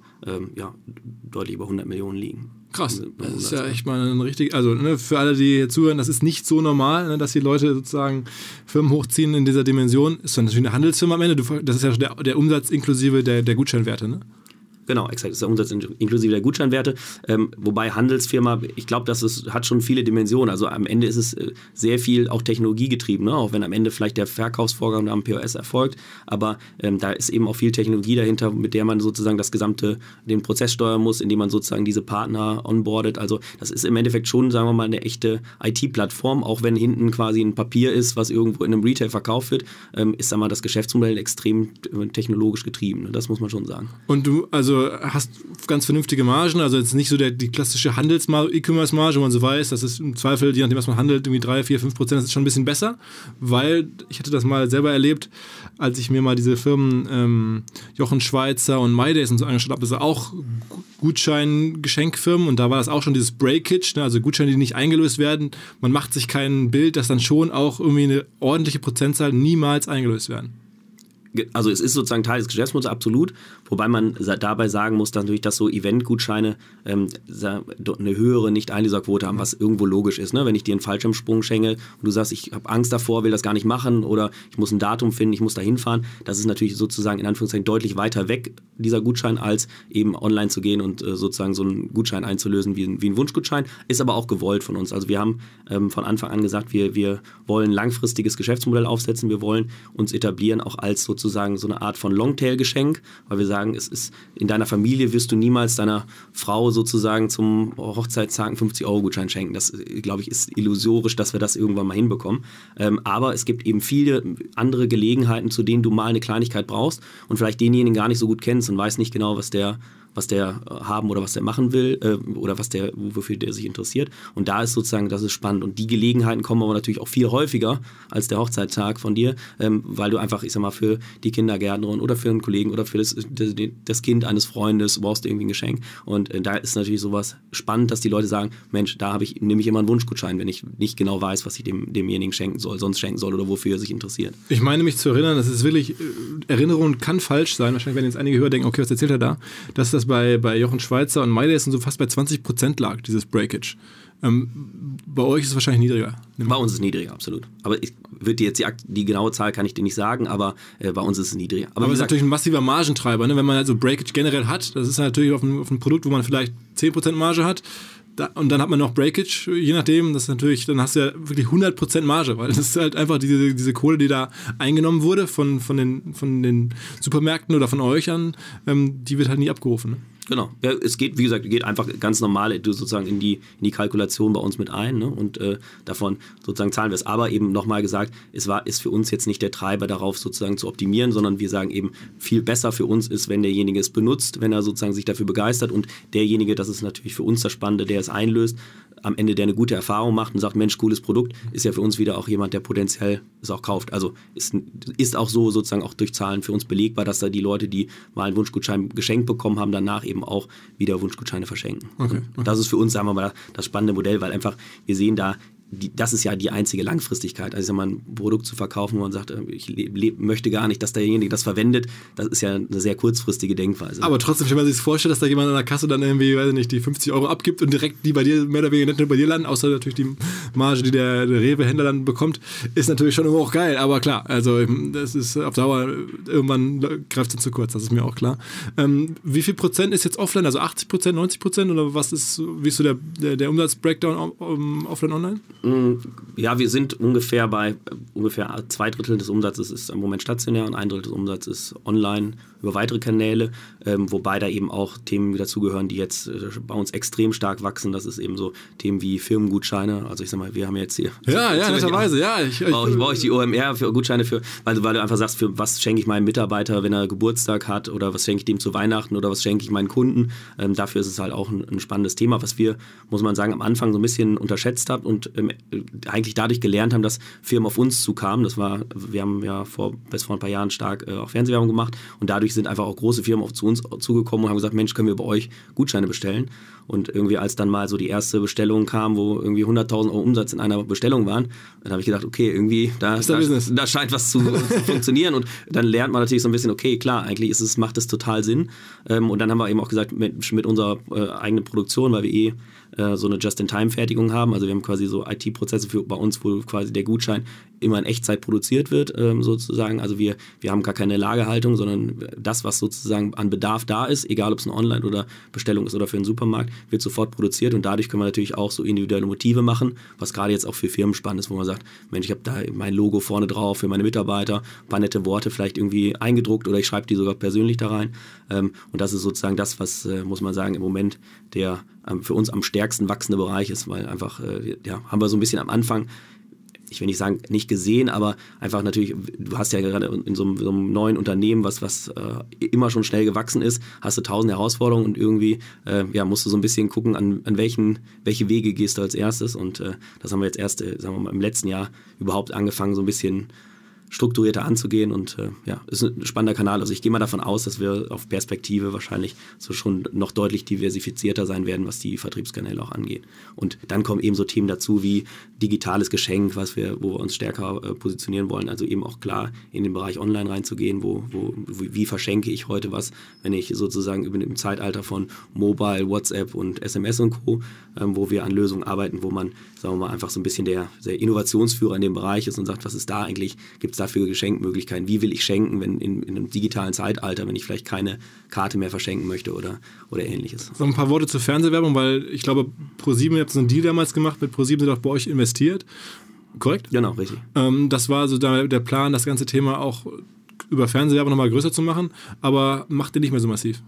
deutlich über 100 Millionen liegen. Krass, das ist ja echt mal ein richtig, also für alle, die hier zuhören, das ist nicht so normal, dass die Leute sozusagen Firmen hochziehen in dieser Dimension. Ist dann natürlich eine Handelsfirma am Ende, das ist ja der Umsatz inklusive der Gutscheinwerte, ne? Genau, exakt. Das ist der Umsatz inklusive der Gutscheinwerte. Wobei Handelsfirma, ich glaube, hat schon viele Dimensionen. Also am Ende ist es sehr viel auch technologiegetrieben, ne? Auch wenn am Ende vielleicht der Verkaufsvorgang am POS erfolgt. Aber da ist eben auch viel Technologie dahinter, mit der man sozusagen den Prozess steuern muss, indem man sozusagen diese Partner onboardet. Also das ist im Endeffekt schon, sagen wir mal, eine echte IT-Plattform. Auch wenn hinten quasi ein Papier ist, was irgendwo in einem Retail verkauft wird, ist, sagen wir mal, das Geschäftsmodell extrem technologisch getrieben. Das muss man schon sagen. Und du, also hast ganz vernünftige Margen, also jetzt nicht so die klassische E-Commerce-Marge, wo man so weiß, das ist im Zweifel, je nachdem, was man handelt, irgendwie 3, 4, 5%, das ist schon ein bisschen besser, weil ich hatte das mal selber erlebt, als ich mir mal diese Firmen Jochen Schweizer und MyDays und so angeschaut habe, das sind auch Gutschein-Geschenkfirmen und da war das auch schon dieses Breakage, ne, also Gutscheine, die nicht eingelöst werden, man macht sich kein Bild, dass dann schon auch irgendwie eine ordentliche Prozentzahl niemals eingelöst werden. Also es ist sozusagen Teil des Geschäftsmodells, absolut, wobei man dabei sagen muss, dass natürlich, dass so Eventgutscheine eine höhere Nicht-Einlöserquote haben, was irgendwo logisch ist. Ne? Wenn ich dir einen Fallschirmsprung schenke und du sagst, ich habe Angst davor, will das gar nicht machen oder ich muss ein Datum finden, ich muss da hinfahren, das ist natürlich sozusagen in Anführungszeichen deutlich weiter weg, dieser Gutschein, als eben online zu gehen und sozusagen so einen Gutschein einzulösen wie ein Wunschgutschein, ist aber auch gewollt von uns. Also wir haben von Anfang an gesagt, wir wollen ein langfristiges Geschäftsmodell aufsetzen, wir wollen uns etablieren auch als sozusagen so eine Art von Longtail-Geschenk, weil wir sagen, es ist in deiner Familie wirst du niemals deiner Frau sozusagen zum Hochzeitstag einen 50-Euro-Gutschein schenken. Das, glaube ich, ist illusorisch, dass wir das irgendwann mal hinbekommen. Aber es gibt eben viele andere Gelegenheiten, zu denen du mal eine Kleinigkeit brauchst und vielleicht denjenigen gar nicht so gut kennst und weiß nicht genau, was der haben oder was der machen will oder wofür der sich interessiert. Und da ist sozusagen, das ist spannend. Und die Gelegenheiten kommen aber natürlich auch viel häufiger als der Hochzeitstag von dir, weil du einfach, ich sag mal, für die Kindergärtnerin oder für einen Kollegen oder für das Kind eines Freundes brauchst du irgendwie ein Geschenk. Und da ist natürlich sowas spannend, dass die Leute sagen, Mensch, nehme ich immer einen Wunschgutschein, wenn ich nicht genau weiß, was ich demjenigen schenken soll oder wofür er sich interessiert. Ich meine mich zu erinnern, das ist wirklich, Erinnerung kann falsch sein, wahrscheinlich werden jetzt einige Hörer denken, okay, was erzählt er da? Dass das bei Jochen Schweizer und MyDays und so fast bei 20% lag, dieses Breakage. Bei euch ist es wahrscheinlich niedriger. Bei uns ist es niedriger, absolut. Aber ich würde jetzt die genaue Zahl kann ich dir nicht sagen, aber bei uns ist es niedriger. Aber es ist natürlich ein massiver Margentreiber, ne? Wenn man also Breakage generell hat, das ist natürlich auf ein Produkt, wo man vielleicht 10% Marge hat, und dann hat man noch Breakage, je nachdem, das ist natürlich, dann hast du ja wirklich 100% Marge, weil das ist halt einfach diese Kohle, die da eingenommen wurde von den Supermärkten oder von euch an, die wird halt nie abgerufen. Ne? Genau. Ja, es geht, wie gesagt, geht einfach ganz normal sozusagen in die Kalkulation bei uns mit ein, ne? Und davon sozusagen zahlen wir es. Aber eben nochmal gesagt, ist für uns jetzt nicht der Treiber darauf sozusagen zu optimieren, sondern wir sagen eben, viel besser für uns ist, wenn derjenige es benutzt, wenn er sozusagen sich dafür begeistert und derjenige, das ist natürlich für uns das Spannende, der es einlöst, am Ende der eine gute Erfahrung macht und sagt, Mensch, cooles Produkt, ist ja für uns wieder auch jemand, der potenziell es auch kauft. Also ist auch so sozusagen auch durch Zahlen für uns belegbar, dass da die Leute, die mal einen Wunschgutschein geschenkt bekommen haben, danach eben auch wieder Wunschgutscheine verschenken. Okay. Und das ist für uns, sagen wir mal, das spannende Modell, weil einfach wir sehen da, das ist ja die einzige Langfristigkeit. Also mal ein Produkt zu verkaufen, wo man sagt, ich möchte gar nicht, dass derjenige das verwendet, das ist ja eine sehr kurzfristige Denkweise. Aber trotzdem, wenn man sich vorstellt, dass da jemand an der Kasse dann irgendwie, weiß ich nicht, die 50 € abgibt und direkt die bei dir mehr oder weniger nicht nur bei dir landen, außer natürlich die Marge, die der Rewe-Händler dann bekommt, ist natürlich schon immer auch geil. Aber klar, also das ist auf Dauer, irgendwann greift es zu kurz, das ist mir auch klar. Wie viel Prozent ist jetzt offline? Also 80%, 90% oder was ist, wie ist so der Umsatz-Breakdown offline, online? Ja, wir sind ungefähr bei 2/3 des Umsatzes ist im Moment stationär und 1/3 des Umsatzes ist online über weitere Kanäle, wobei da eben auch Themen dazugehören, die jetzt bei uns extrem stark wachsen. Das ist eben so Themen wie Firmengutscheine. Also ich sag mal, wir haben jetzt hier... Ja, netterweise, ja. Ich brauche die OMR für Gutscheine für, weil du einfach sagst, für was schenke ich meinem Mitarbeiter, wenn er Geburtstag hat oder was schenke ich dem zu Weihnachten oder was schenke ich meinen Kunden. Dafür ist es halt auch ein spannendes Thema, was wir, muss man sagen, am Anfang so ein bisschen unterschätzt haben und eigentlich dadurch gelernt haben, dass Firmen auf uns zukamen. Wir haben ja bis vor ein paar Jahren stark auch Fernsehwerbung gemacht und dadurch sind einfach auch große Firmen zu uns zugekommen und haben gesagt, Mensch, können wir bei euch Gutscheine bestellen? Und irgendwie als dann mal so die erste Bestellung kam, wo irgendwie 100.000 € Umsatz in einer Bestellung waren, dann habe ich gedacht, okay, irgendwie da scheint was zu funktionieren und dann lernt man natürlich so ein bisschen, okay, klar, eigentlich macht es total Sinn. Und dann haben wir eben auch gesagt, mit unserer eigenen Produktion, weil wir so eine Just-in-Time-Fertigung haben, also wir haben quasi so IT-Prozesse bei uns, wo quasi der Gutschein immer in Echtzeit produziert wird, sozusagen. Also wir haben gar keine Lagerhaltung, sondern das, was sozusagen an Bedarf da ist, egal ob es eine Online- oder Bestellung ist oder für einen Supermarkt, wird sofort produziert und dadurch können wir natürlich auch so individuelle Motive machen, was gerade jetzt auch für Firmen spannend ist, wo man sagt, Mensch, ich habe da mein Logo vorne drauf für meine Mitarbeiter, ein paar nette Worte vielleicht irgendwie eingedruckt oder ich schreibe die sogar persönlich da rein. Und das ist sozusagen das, was, muss man sagen, im Moment der für uns am stärksten wachsende Bereich ist, weil einfach, haben wir so ein bisschen am Anfang, ich will nicht sagen, nicht gesehen, aber einfach natürlich, du hast ja gerade in so einem neuen Unternehmen, was immer schon schnell gewachsen ist, hast du 1000 Herausforderungen und irgendwie musst du so ein bisschen gucken, an welche Wege gehst du als erstes und das haben wir jetzt erst, sagen wir mal, im letzten Jahr überhaupt angefangen, so ein bisschen strukturierter anzugehen und ist ein spannender Kanal. Also ich gehe mal davon aus, dass wir auf Perspektive wahrscheinlich so schon noch deutlich diversifizierter sein werden, was die Vertriebskanäle auch angeht. Und dann kommen eben so Themen dazu wie digitales Geschenk, wo wir uns stärker positionieren wollen. Also eben auch klar in den Bereich Online reinzugehen, wie verschenke ich heute was, wenn ich sozusagen im Zeitalter von Mobile, WhatsApp und SMS und Co., wo wir an Lösungen arbeiten, wo man, sagen wir mal, einfach so ein bisschen der Innovationsführer in dem Bereich ist und sagt, was ist da eigentlich, gibt es dafür Geschenkmöglichkeiten, wie will ich schenken, wenn in einem digitalen Zeitalter, wenn ich vielleicht keine Karte mehr verschenken möchte oder ähnliches. So ein paar Worte zur Fernsehwerbung, weil ich glaube, ProSieben hat so einen Deal damals gemacht, mit ProSieben sind auch bei euch investiert, korrekt? Genau, richtig. Das war so der Plan, das ganze Thema auch über Fernsehwerbung nochmal größer zu machen, aber macht ihr nicht mehr so massiv?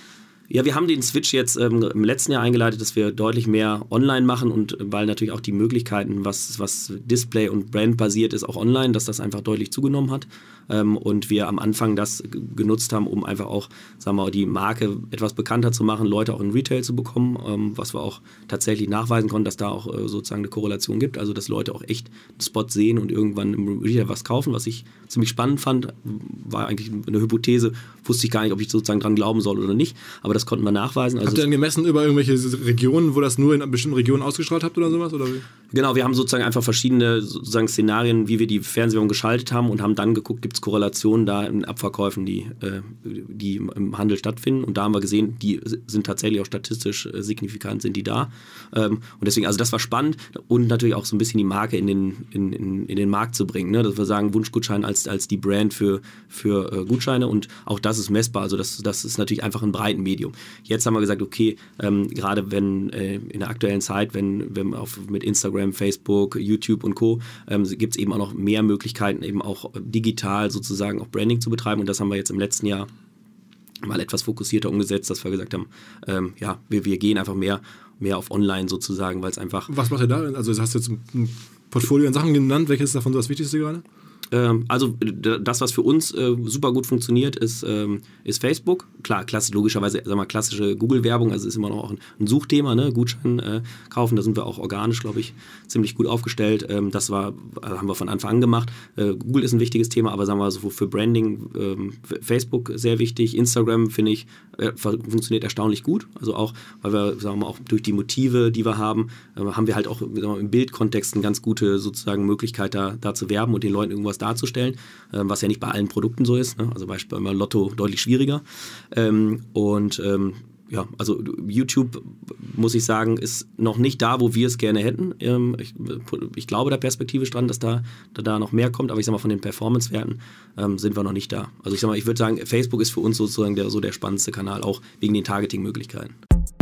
Ja, wir haben den Switch jetzt im letzten Jahr eingeleitet, dass wir deutlich mehr online machen und weil natürlich auch die Möglichkeiten, was Display und Brand basiert ist, auch online, dass das einfach deutlich zugenommen hat und wir am Anfang das genutzt haben, um einfach auch, sagen wir mal, die Marke etwas bekannter zu machen, Leute auch in Retail zu bekommen, was wir auch tatsächlich nachweisen konnten, dass da auch sozusagen eine Korrelation gibt, also dass Leute auch echt einen Spot sehen und irgendwann im Retail was kaufen, was ich ziemlich spannend fand, war eigentlich eine Hypothese, wusste ich gar nicht, ob ich sozusagen dran glauben soll oder nicht, aber das konnten wir nachweisen. Also habt ihr dann gemessen über irgendwelche Regionen, wo das nur in bestimmten Regionen ausgestrahlt habt oder sowas? Oder wie? Genau, wir haben sozusagen einfach verschiedene sozusagen Szenarien, wie wir die Fernsehwerbung geschaltet haben und haben dann geguckt, gibt es Korrelationen da in Abverkäufen, die im Handel stattfinden und da haben wir gesehen, die sind tatsächlich auch statistisch signifikant, sind die da und deswegen, also das war spannend und natürlich auch so ein bisschen die Marke in den Markt zu bringen, ne? Dass wir sagen, Wunschgutschein als die Brand für Gutscheine und auch das ist messbar, also das ist natürlich einfach ein Breitenmedium. Jetzt haben wir gesagt, okay, gerade wenn in der aktuellen Zeit, wenn mit Instagram, Facebook, YouTube und Co. Gibt es eben auch noch mehr Möglichkeiten, eben auch digital sozusagen auch Branding zu betreiben und das haben wir jetzt im letzten Jahr mal etwas fokussierter umgesetzt, dass wir gesagt haben, wir gehen einfach mehr auf Online sozusagen, weil es einfach... Was macht ihr da? Also hast du jetzt ein Portfolio an Sachen genannt, welches ist davon so das Wichtigste gerade? Also das, was für uns super gut funktioniert, ist Facebook. Klar, logischerweise, klassische Google-Werbung, also ist immer noch auch ein Suchthema, ne? Gutschein kaufen, da sind wir auch organisch, glaube ich, ziemlich gut aufgestellt. Haben wir von Anfang an gemacht. Google ist ein wichtiges Thema, aber sagen wir so für Branding, Facebook sehr wichtig. Instagram, finde ich, funktioniert erstaunlich gut. Also auch, weil wir, sagen wir mal, auch durch die Motive, die wir haben wir halt auch im Bildkontext eine ganz gute sozusagen Möglichkeit, da zu werben und den Leuten irgendwas darzustellen, was ja nicht bei allen Produkten so ist. Ne? Also beispielsweise beim Lotto deutlich schwieriger. Also YouTube, muss ich sagen, ist noch nicht da, wo wir es gerne hätten. Ich glaube da perspektivisch dran, dass da noch mehr kommt, aber ich sag mal, von den Performance-Werten sind wir noch nicht da. Also ich würde sagen, Facebook ist für uns sozusagen der spannendste Kanal, auch wegen den Targeting-Möglichkeiten.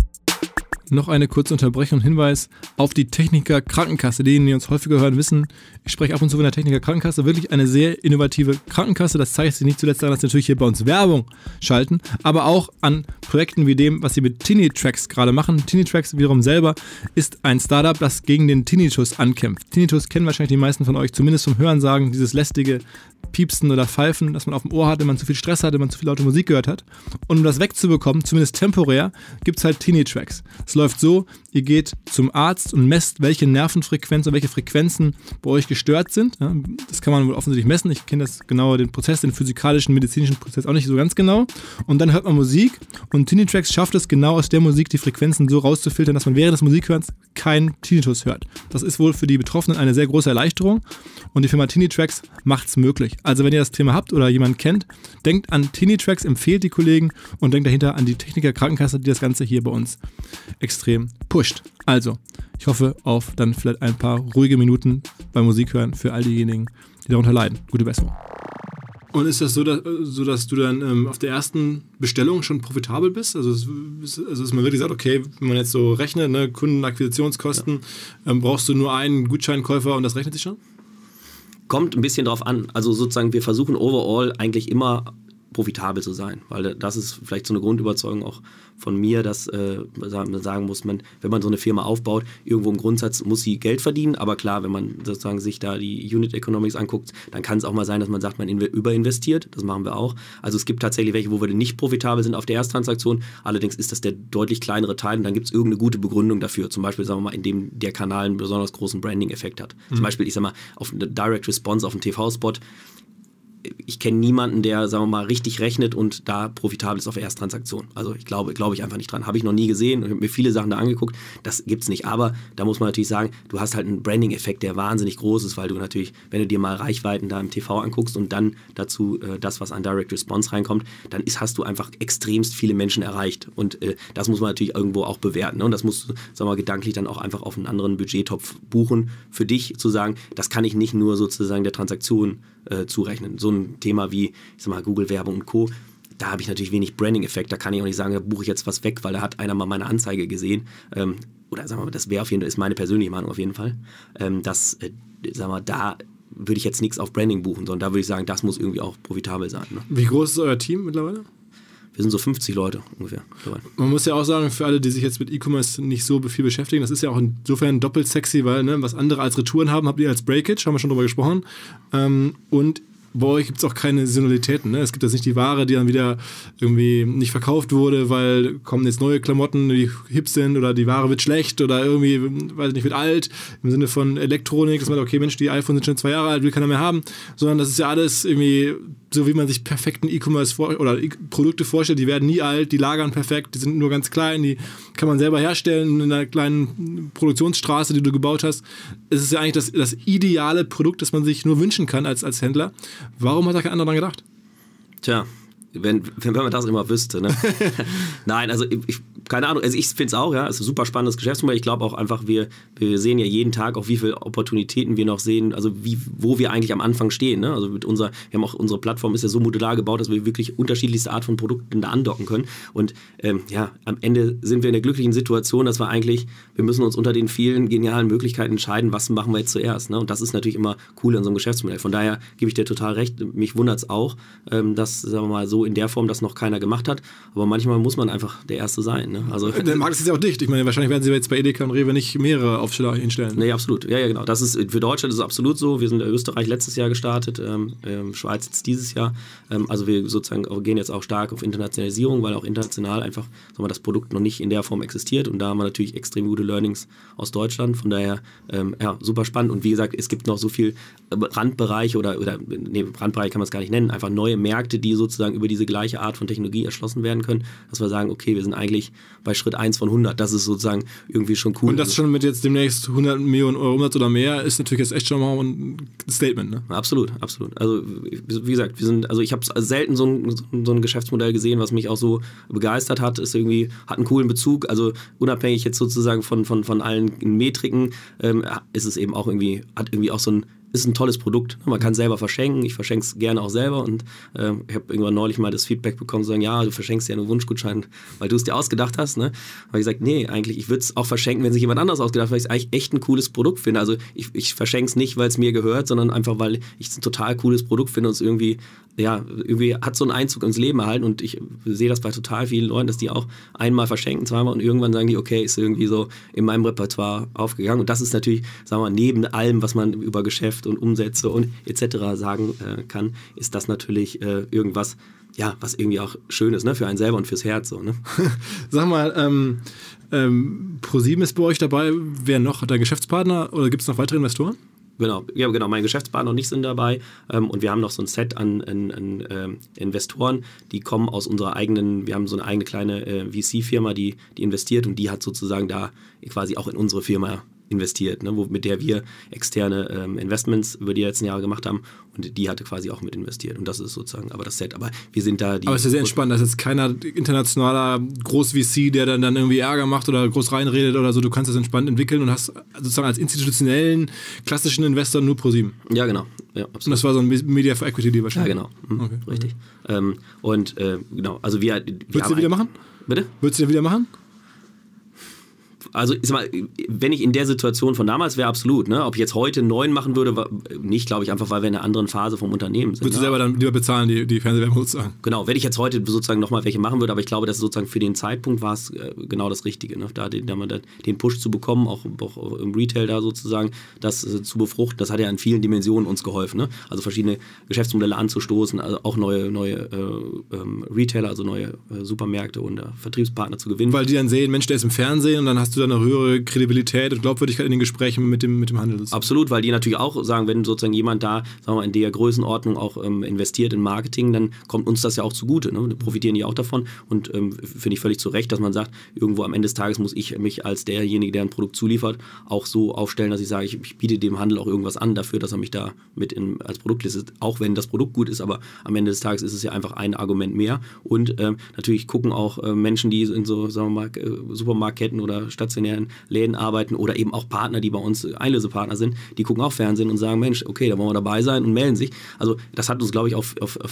Noch eine kurze Unterbrechung und Hinweis auf die Techniker Krankenkasse. Diejenigen, die uns häufiger hören, wissen, ich spreche ab und zu von der Techniker Krankenkasse. Wirklich eine sehr innovative Krankenkasse. Das zeigt sich nicht zuletzt daran, dass sie natürlich hier bei uns Werbung schalten, aber auch an Projekten wie dem, was sie mit Tinitracks gerade machen. Tinitracks wiederum selber ist ein Startup, das gegen den Tinnitus ankämpft. Tinnitus kennen wahrscheinlich die meisten von euch, zumindest vom Hörensagen, dieses lästige Piepsen oder Pfeifen, das man auf dem Ohr hat, wenn man zu viel Stress hat, wenn man zu viel laute Musik gehört hat. Und um das wegzubekommen, zumindest temporär, gibt es halt Tinitracks. Es läuft so, ihr geht zum Arzt und messt, welche Nervenfrequenz und welche Frequenzen bei euch gestört sind. Ja, das kann man wohl offensichtlich messen. Ich kenne das genauer, den Prozess, den physikalischen, medizinischen Prozess auch nicht so ganz genau. Und dann hört man Musik und Tinitracks schafft es genau aus der Musik, die Frequenzen so rauszufiltern, dass man während des Musikhörens keinen Tinnitus hört. Das ist wohl für die Betroffenen eine sehr große Erleichterung und die Firma Tinitracks macht es möglich. Also wenn ihr das Thema habt oder jemanden kennt, denkt an Tinitracks, empfehlt die Kollegen und denkt dahinter an die Techniker Krankenkasse, die das Ganze hier bei uns extrem pusht. Also, ich hoffe auf dann vielleicht ein paar ruhige Minuten beim Musikhören für all diejenigen, die darunter leiden. Gute Besserung. Und ist das so, dass du dann auf der ersten Bestellung schon profitabel bist? Also dass man wirklich sagt, okay, wenn man jetzt so rechnet, ne, Kundenakquisitionskosten, brauchst du nur einen Gutscheinkäufer und das rechnet sich schon? Kommt ein bisschen drauf an. Also sozusagen, wir versuchen overall eigentlich immer profitabel zu sein, weil das ist vielleicht so eine Grundüberzeugung auch von mir, dass man sagen muss, wenn man so eine Firma aufbaut, irgendwo im Grundsatz muss sie Geld verdienen, aber klar, wenn man sozusagen sich da die Unit Economics anguckt, dann kann es auch mal sein, dass man sagt, man überinvestiert, das machen wir auch. Also es gibt tatsächlich welche, wo wir nicht profitabel sind auf der Ersttransaktion, allerdings ist das der deutlich kleinere Teil und dann gibt es irgendeine gute Begründung dafür, zum Beispiel, sagen wir mal, indem der Kanal einen besonders großen Branding-Effekt hat. Zum Beispiel, ich sag mal, auf eine Direct Response auf einen TV-Spot, ich kenne niemanden, der, sagen wir mal, richtig rechnet und da profitabel ist auf Ersttransaktion. Also ich glaube ich einfach nicht dran. Habe ich noch nie gesehen und habe mir viele Sachen da angeguckt. Das gibt's nicht. Aber da muss man natürlich sagen, du hast halt einen Branding-Effekt, der wahnsinnig groß ist, weil du natürlich, wenn du dir mal Reichweiten da im TV anguckst und dann dazu das, was an Direct Response reinkommt, dann hast du einfach extremst viele Menschen erreicht. Und das muss man natürlich irgendwo auch bewerten. Ne? Und das musst du, sagen wir mal, gedanklich dann auch einfach auf einen anderen Budgettopf buchen. Für dich zu sagen, das kann ich nicht nur sozusagen der Transaktion zurechnen. So ein Thema wie, ich sag mal, Google-Werbung und Co., da habe ich natürlich wenig Branding-Effekt. Da kann ich auch nicht sagen, da buche ich jetzt was weg, weil da hat einer mal meine Anzeige gesehen. Oder sagen wir mal, das wäre auf jeden Fall, ist meine persönliche Meinung auf jeden Fall. Sagen wir mal, da würde ich jetzt nichts auf Branding buchen, sondern da würde ich sagen, das muss irgendwie auch profitabel sein. Ne? Wie groß ist euer Team mittlerweile? Wir sind so 50 Leute ungefähr. Man muss ja auch sagen, für alle, die sich jetzt mit E-Commerce nicht so viel beschäftigen, das ist ja auch insofern doppelt sexy, weil was andere als Retouren haben, habt ihr als Breakage, haben wir schon drüber gesprochen. Und bei euch gibt es auch keine Saisonalitäten. Ne? Es gibt jetzt nicht die Ware, die dann wieder irgendwie nicht verkauft wurde, weil kommen jetzt neue Klamotten, die hip sind oder die Ware wird schlecht oder irgendwie, weiß ich nicht, wird alt. Im Sinne von Elektronik, dass man sagt, okay, Mensch, die iPhones sind schon 2 Jahre alt, will keiner mehr haben. Sondern das ist ja alles irgendwie so, wie man sich perfekten E-Commerce oder Produkte vorstellt. Die werden nie alt, die lagern perfekt, die sind nur ganz klein, die kann man selber herstellen in einer kleinen Produktionsstraße, die du gebaut hast. Es ist ja eigentlich das ideale Produkt, das man sich nur wünschen kann als Händler. Warum hat da kein anderer dran gedacht? Tja, wenn man das immer wüsste. Ne? Nein, also keine Ahnung, also ich finde es auch, ja, es ist ein super spannendes Geschäftsmodell. Ich glaube auch einfach, wir sehen ja jeden Tag auch, wie viele Opportunitäten wir noch sehen, also wo wir eigentlich am Anfang stehen. Ne? Also wir haben auch, unsere Plattform ist ja so modular gebaut, dass wir wirklich unterschiedlichste Art von Produkten da andocken können. Und am Ende sind wir in der glücklichen Situation, dass wir müssen uns unter den vielen genialen Möglichkeiten entscheiden, was machen wir jetzt zuerst. Ne? Und das ist natürlich immer cool in so einem Geschäftsmodell. Von daher gebe ich dir total recht, mich wundert es auch, dass, sagen wir mal, so so in der Form das noch keiner gemacht hat. Aber manchmal muss man einfach der Erste sein. Ne? Also, der Markt ist ja auch dicht. Ich meine, wahrscheinlich werden sie jetzt bei Edeka und Rewe nicht mehrere Aufsteller hinstellen. Nee, absolut. Ja, genau. Das ist, für Deutschland ist es absolut so. Wir sind in Österreich letztes Jahr gestartet, Schweiz jetzt dieses Jahr. Also wir sozusagen gehen jetzt auch stark auf Internationalisierung, weil auch international einfach das Produkt noch nicht in der Form existiert. Und da haben wir natürlich extrem gute Learnings aus Deutschland. Von daher, super spannend. Und wie gesagt, es gibt noch so viel Randbereiche Randbereich kann man es gar nicht nennen, einfach neue Märkte, die sozusagen über diese gleiche Art von Technologie erschlossen werden können, dass wir sagen, okay, wir sind eigentlich bei Schritt 1 von 100. Das ist sozusagen irgendwie schon cool. Und das schon mit jetzt demnächst 100 Millionen Euro Umsatz oder mehr, ist natürlich jetzt echt schon mal ein Statement, ne? Absolut. Also, wie gesagt, ich habe selten so ein Geschäftsmodell gesehen, was mich auch so begeistert hat, hat einen coolen Bezug, also unabhängig jetzt sozusagen von allen Metriken, ist es eben auch hat irgendwie auch ist ein tolles Produkt. Man kann es selber verschenken. Ich verschenke es gerne auch selber und ich habe irgendwann neulich mal das Feedback bekommen, sagen, ja, du verschenkst ja nur Wunschgutschein, weil du es dir ausgedacht hast. Ne? Habe ich gesagt, nee, eigentlich, ich würde es auch verschenken, wenn sich jemand anderes ausgedacht hat, weil ich es eigentlich echt ein cooles Produkt finde. Also ich verschenke es nicht, weil es mir gehört, sondern einfach, weil ich es ein total cooles Produkt finde und es irgendwie hat so einen Einzug ins Leben erhalten und ich sehe das bei total vielen Leuten, dass die auch einmal verschenken, zweimal und irgendwann sagen die, okay, ist irgendwie so in meinem Repertoire aufgegangen und das ist natürlich, sagen wir mal, neben allem, was man über Geschäft und Umsätze und etc. sagen kann, ist das natürlich irgendwas, was irgendwie auch schön ist, ne, für einen selber und fürs Herz. So, ne? Sag mal, ProSieben ist bei euch dabei, wer noch? Der Geschäftspartner oder gibt es noch weitere Investoren? Genau, mein Geschäftspartner und ich sind dabei und wir haben noch so ein Set an Investoren, die kommen aus unserer eigenen, wir haben so eine eigene kleine VC-Firma, die investiert und die hat sozusagen da quasi auch in unsere Firma investiert, ne, mit der wir externe Investments über die letzten Jahre gemacht haben und die hatte quasi auch mit investiert und das ist sozusagen aber das Set, aber wir sind da... Aber es ist ja sehr entspannt, das ist jetzt keiner internationaler Groß-VC, der dann irgendwie Ärger macht oder groß reinredet oder so, du kannst das entspannt entwickeln und hast sozusagen als institutionellen, klassischen Investor nur ProSieben. Ja, genau. Ja, absolut. Und das war so ein Media for Equity Deal wahrscheinlich. Ja, genau. Okay. Richtig. Genau, also wir... Würdest du wieder machen? Bitte? Würdest du wieder machen? Also, ich sag mal, wenn ich in der Situation von damals wäre, absolut. Ne? Ob ich jetzt heute einen neuen machen würde, nicht, glaube ich, einfach, weil wir in einer anderen Phase vom Unternehmen sind. Würdest du selber dann lieber bezahlen, die Fernsehwerbung sozusagen? Genau, wenn ich jetzt heute sozusagen nochmal welche machen würde, aber ich glaube, dass sozusagen für den Zeitpunkt war es genau das Richtige. Ne? Da den Push zu bekommen, auch im Retail da sozusagen, das zu befruchten, das hat ja in vielen Dimensionen uns geholfen. Ne? Also verschiedene Geschäftsmodelle anzustoßen, also auch neue Retailer, also neue Supermärkte und Vertriebspartner zu gewinnen. Weil die dann sehen, Mensch, der ist im Fernsehen und dann hast du dann eine höhere Kredibilität und Glaubwürdigkeit in den Gesprächen mit dem Handel. Sozusagen. Absolut, weil die natürlich auch sagen, wenn sozusagen jemand da, sagen wir mal, in der Größenordnung auch investiert in Marketing, dann kommt uns das ja auch zugute. Ne? Da profitieren die auch davon und finde ich völlig zu Recht, dass man sagt, irgendwo am Ende des Tages muss ich mich als derjenige, der ein Produkt zuliefert, auch so aufstellen, dass ich sage, ich biete dem Handel auch irgendwas an dafür, dass er mich da mit als Produkt listet, auch wenn das Produkt gut ist, aber am Ende des Tages ist es ja einfach ein Argument mehr und natürlich gucken auch Menschen, die in so, sagen wir mal, Supermarktketten oder stationären Läden arbeiten oder eben auch Partner, die bei uns Einlösepartner sind, die gucken auch Fernsehen und sagen, Mensch, okay, da wollen wir dabei sein und melden sich. Also das hat uns, glaube ich,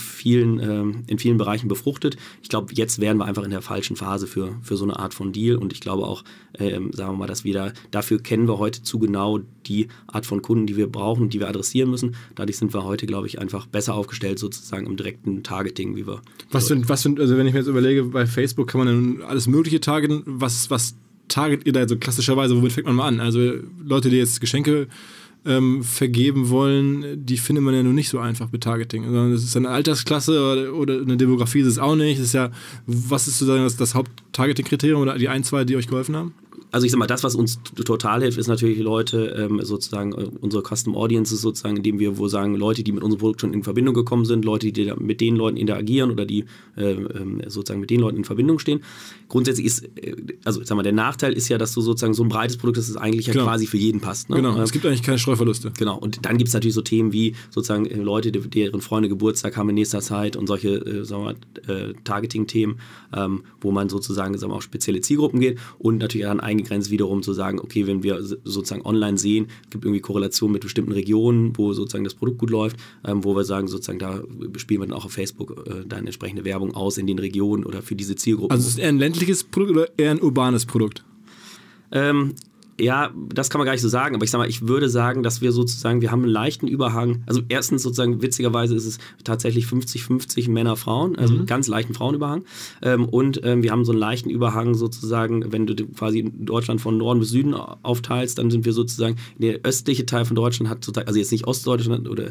in vielen Bereichen befruchtet. Ich glaube, jetzt wären wir einfach in der falschen Phase für so eine Art von Deal und ich glaube auch, sagen wir mal, dass dafür kennen wir heute zu genau die Art von Kunden, die wir brauchen und die wir adressieren müssen. Dadurch sind wir heute, glaube ich, einfach besser aufgestellt sozusagen im direkten Targeting, wie wir... Also wenn ich mir jetzt überlege, bei Facebook kann man dann alles Mögliche targeten, was target ihr da so klassischerweise, womit fängt man mal an? Also Leute, die jetzt Geschenke vergeben wollen, die findet man ja nun nicht so einfach mit Targeting. Sondern das ist eine Altersklasse oder eine Demografie, ist es auch nicht. Das ist ja, was ist sozusagen das Haupt-Targeting-Kriterium oder die ein, zwei, die euch geholfen haben? Also ich sag mal, das, was uns total hilft, ist natürlich Leute, sozusagen unsere Custom Audiences sozusagen, indem wir sagen, Leute, die mit unserem Produkt schon in Verbindung gekommen sind, Leute, die mit den Leuten interagieren oder die sozusagen mit den Leuten in Verbindung stehen. Grundsätzlich ist, also sag mal, der Nachteil ist ja, dass du sozusagen so ein breites Produkt hast, das eigentlich ja quasi für jeden passt. Ne? Genau, es gibt eigentlich keine Streuverluste. Genau, und dann gibt es natürlich so Themen wie sozusagen Leute, deren Freunde Geburtstag haben in nächster Zeit und solche sagen wir, Targeting-Themen, wo man sozusagen sagen wir, auch spezielle Zielgruppen geht und natürlich dann eingegrenzt wiederum zu sagen, okay, wenn wir sozusagen online sehen, es gibt irgendwie Korrelationen mit bestimmten Regionen, wo sozusagen das Produkt gut läuft, wo wir sagen, sozusagen da spielen wir dann auch auf Facebook dann entsprechende Werbung aus in den Regionen oder für diese Zielgruppen. Also ist es eher ein ländliches Produkt oder eher ein urbanes Produkt? Ja, das kann man gar nicht so sagen, aber ich würde sagen, dass wir sozusagen, wir haben einen leichten Überhang. Also erstens sozusagen, witzigerweise ist es tatsächlich 50-50 Männer, Frauen, also einen ganz leichten Frauenüberhang. Und wir haben so einen leichten Überhang sozusagen, wenn du quasi Deutschland von Norden bis Süden aufteilst, dann sind wir sozusagen, der östliche Teil von Deutschland hat sozusagen, also jetzt nicht Ostdeutschland oder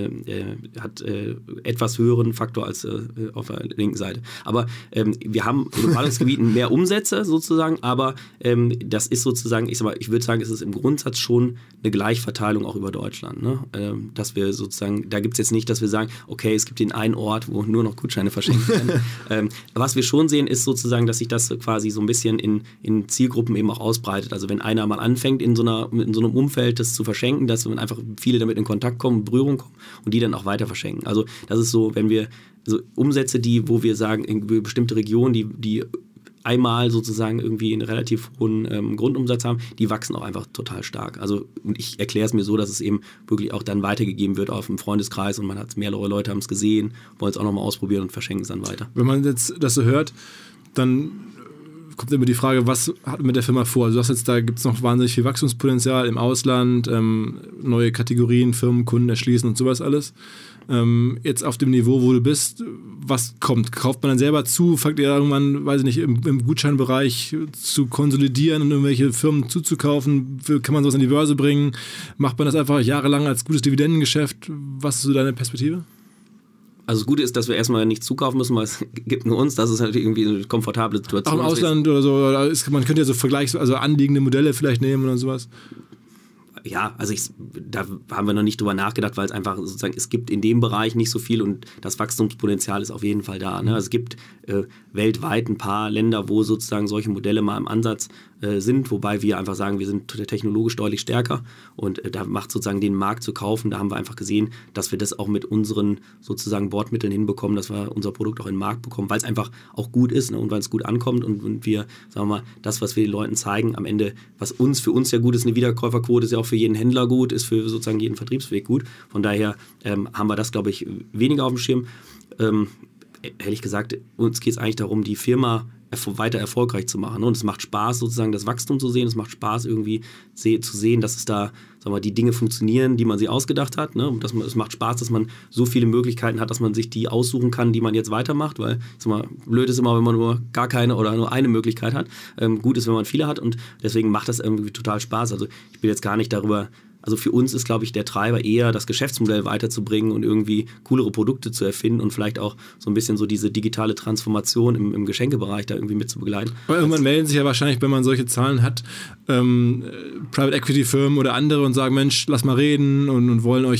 hat etwas höheren Faktor als auf der linken Seite. Aber wir haben in den Ballungsgebieten mehr Umsätze sozusagen, aber das ist sozusagen, ich würde sagen, es ist im Grundsatz schon eine Gleichverteilung auch über Deutschland. Ne? Dass wir sozusagen, da gibt es jetzt nicht, dass wir sagen, okay, es gibt den einen Ort, wo nur noch Gutscheine verschenkt werden. Was wir schon sehen, ist sozusagen, dass sich das quasi so ein bisschen in Zielgruppen eben auch ausbreitet. Also wenn einer mal anfängt, in so einem Umfeld das zu verschenken, dass einfach viele damit in Kontakt kommen, in Berührung kommen und die dann auch weiter verschenken. Also das ist so, wenn wir so Umsätze, wo wir sagen, in bestimmte Regionen, die einmal sozusagen irgendwie einen relativ hohen Grundumsatz haben, die wachsen auch einfach total stark. Also ich erkläre es mir so, dass es eben wirklich auch dann weitergegeben wird auf dem Freundeskreis und man hat mehrere Leute haben es gesehen, wollen es auch nochmal ausprobieren und verschenken es dann weiter. Wenn man jetzt das so hört, dann kommt immer die Frage, was hat man mit der Firma vor? Also du sagst jetzt, da gibt es noch wahnsinnig viel Wachstumspotenzial im Ausland, neue Kategorien, Firmen, Kunden erschließen und sowas alles. Jetzt auf dem Niveau, wo du bist, was kommt? Kauft man dann selber zu? Fangt ihr irgendwann, weiß ich nicht, im Gutscheinbereich zu konsolidieren und irgendwelche Firmen zuzukaufen? Kann man sowas an die Börse bringen? Macht man das einfach jahrelang als gutes Dividendengeschäft? Was ist so deine Perspektive? Also das Gute ist, dass wir erstmal nichts zukaufen müssen, weil es gibt nur uns. Das ist natürlich irgendwie eine komfortable Situation. Auch im Ausland oder so? Oder man könnte ja so also anliegende Modelle vielleicht nehmen oder sowas. Ja, also da haben wir noch nicht drüber nachgedacht, weil es einfach sozusagen, es gibt in dem Bereich nicht so viel und das Wachstumspotenzial ist auf jeden Fall da. Ne? Also es gibt weltweit ein paar Länder, wo sozusagen solche Modelle mal im Ansatz sind, wobei wir einfach sagen, wir sind technologisch deutlich stärker und da macht sozusagen den Markt zu kaufen, da haben wir einfach gesehen, dass wir das auch mit unseren sozusagen Bordmitteln hinbekommen, dass wir unser Produkt auch in den Markt bekommen, weil es einfach auch gut ist, ne? Und weil es gut ankommt und wir, sagen wir mal, das, was wir den Leuten zeigen, am Ende, was für uns ja gut ist, eine Wiederkäuferquote ist ja auch für jeden Händler gut, ist für sozusagen jeden Vertriebsweg gut. Von daher haben wir das, glaube ich, weniger auf dem Schirm. Ehrlich gesagt, uns geht es eigentlich darum, die Firma weiter erfolgreich zu machen. Und es macht Spaß, sozusagen das Wachstum zu sehen. Es macht Spaß, irgendwie zu sehen, dass es da, sagen wir mal, die Dinge funktionieren, die man sich ausgedacht hat. Ne? Und es macht Spaß, dass man so viele Möglichkeiten hat, dass man sich die aussuchen kann, die man jetzt weitermacht. Weil, sag mal, blöd ist immer, wenn man nur gar keine oder nur eine Möglichkeit hat. Gut ist, wenn man viele hat. Und deswegen macht das irgendwie total Spaß. Also ich bin jetzt gar nicht darüber. Also für uns ist, glaube ich, der Treiber eher, das Geschäftsmodell weiterzubringen und irgendwie coolere Produkte zu erfinden und vielleicht auch so ein bisschen so diese digitale Transformation im Geschenkebereich da irgendwie mit zu begleiten. Aber irgendwann melden sich ja wahrscheinlich, wenn man solche Zahlen hat, Private Equity Firmen oder andere und sagen, Mensch, lass mal reden und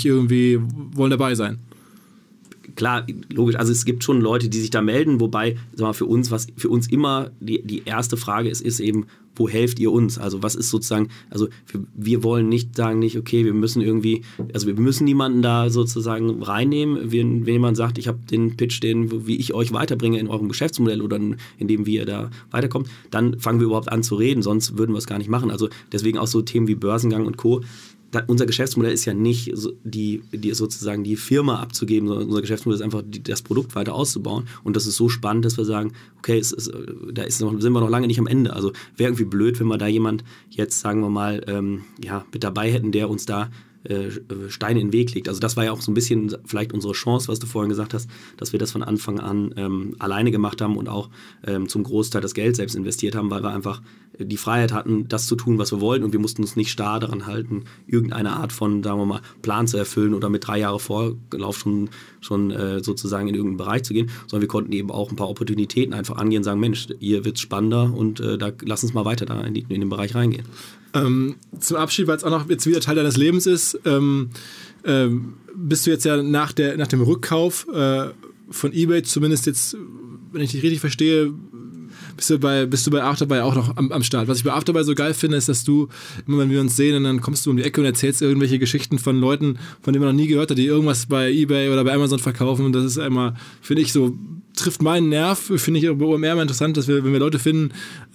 wollen dabei sein. Klar, logisch, also es gibt schon Leute, die sich da melden, wobei, sag mal, für uns immer die erste Frage ist eben, wo helft ihr uns? Also was ist sozusagen, also wir wollen nicht sagen, okay, wir müssen niemanden da sozusagen reinnehmen. Wenn jemand sagt, ich habe den Pitch, wie ich euch weiterbringe in eurem Geschäftsmodell oder in dem, wie ihr da weiterkommt, dann fangen wir überhaupt an zu reden, sonst würden wir es gar nicht machen. Also deswegen auch so Themen wie Börsengang und Co. Unser Geschäftsmodell ist ja nicht die Firma abzugeben, sondern unser Geschäftsmodell ist einfach das Produkt weiter auszubauen. Und das ist so spannend, dass wir sagen, okay, sind wir noch lange nicht am Ende. Also wäre irgendwie blöd, wenn wir da jemand jetzt, sagen wir mal, mit dabei hätten, der uns da Steine in den Weg legt. Also das war ja auch so ein bisschen vielleicht unsere Chance, was du vorhin gesagt hast, dass wir das von Anfang an alleine gemacht haben und auch zum Großteil das Geld selbst investiert haben, weil wir einfach die Freiheit hatten, das zu tun, was wir wollten und wir mussten uns nicht starr daran halten, irgendeine Art von, sagen wir mal, Plan zu erfüllen oder mit 3 Jahre Vorlauf schon sozusagen in irgendeinen Bereich zu gehen, sondern wir konnten eben auch ein paar Opportunitäten einfach angehen und sagen, Mensch, hier wird's spannender und lass uns mal weiter da in den Bereich reingehen. Zum Abschied, weil es auch noch jetzt wieder Teil deines Lebens ist, bist du jetzt ja nach dem Rückkauf von eBay zumindest jetzt, wenn ich dich richtig verstehe, bist du bei Afterbuy auch noch am Start. Was ich bei Afterbuy so geil finde, ist, dass du, immer wenn wir uns sehen, und dann kommst du um die Ecke und erzählst irgendwelche Geschichten von Leuten, von denen man noch nie gehört hat, die irgendwas bei eBay oder bei Amazon verkaufen. Und das ist einmal, finde ich, so, trifft meinen Nerv, finde ich bei OMR immer interessant, dass wenn wir Leute finden,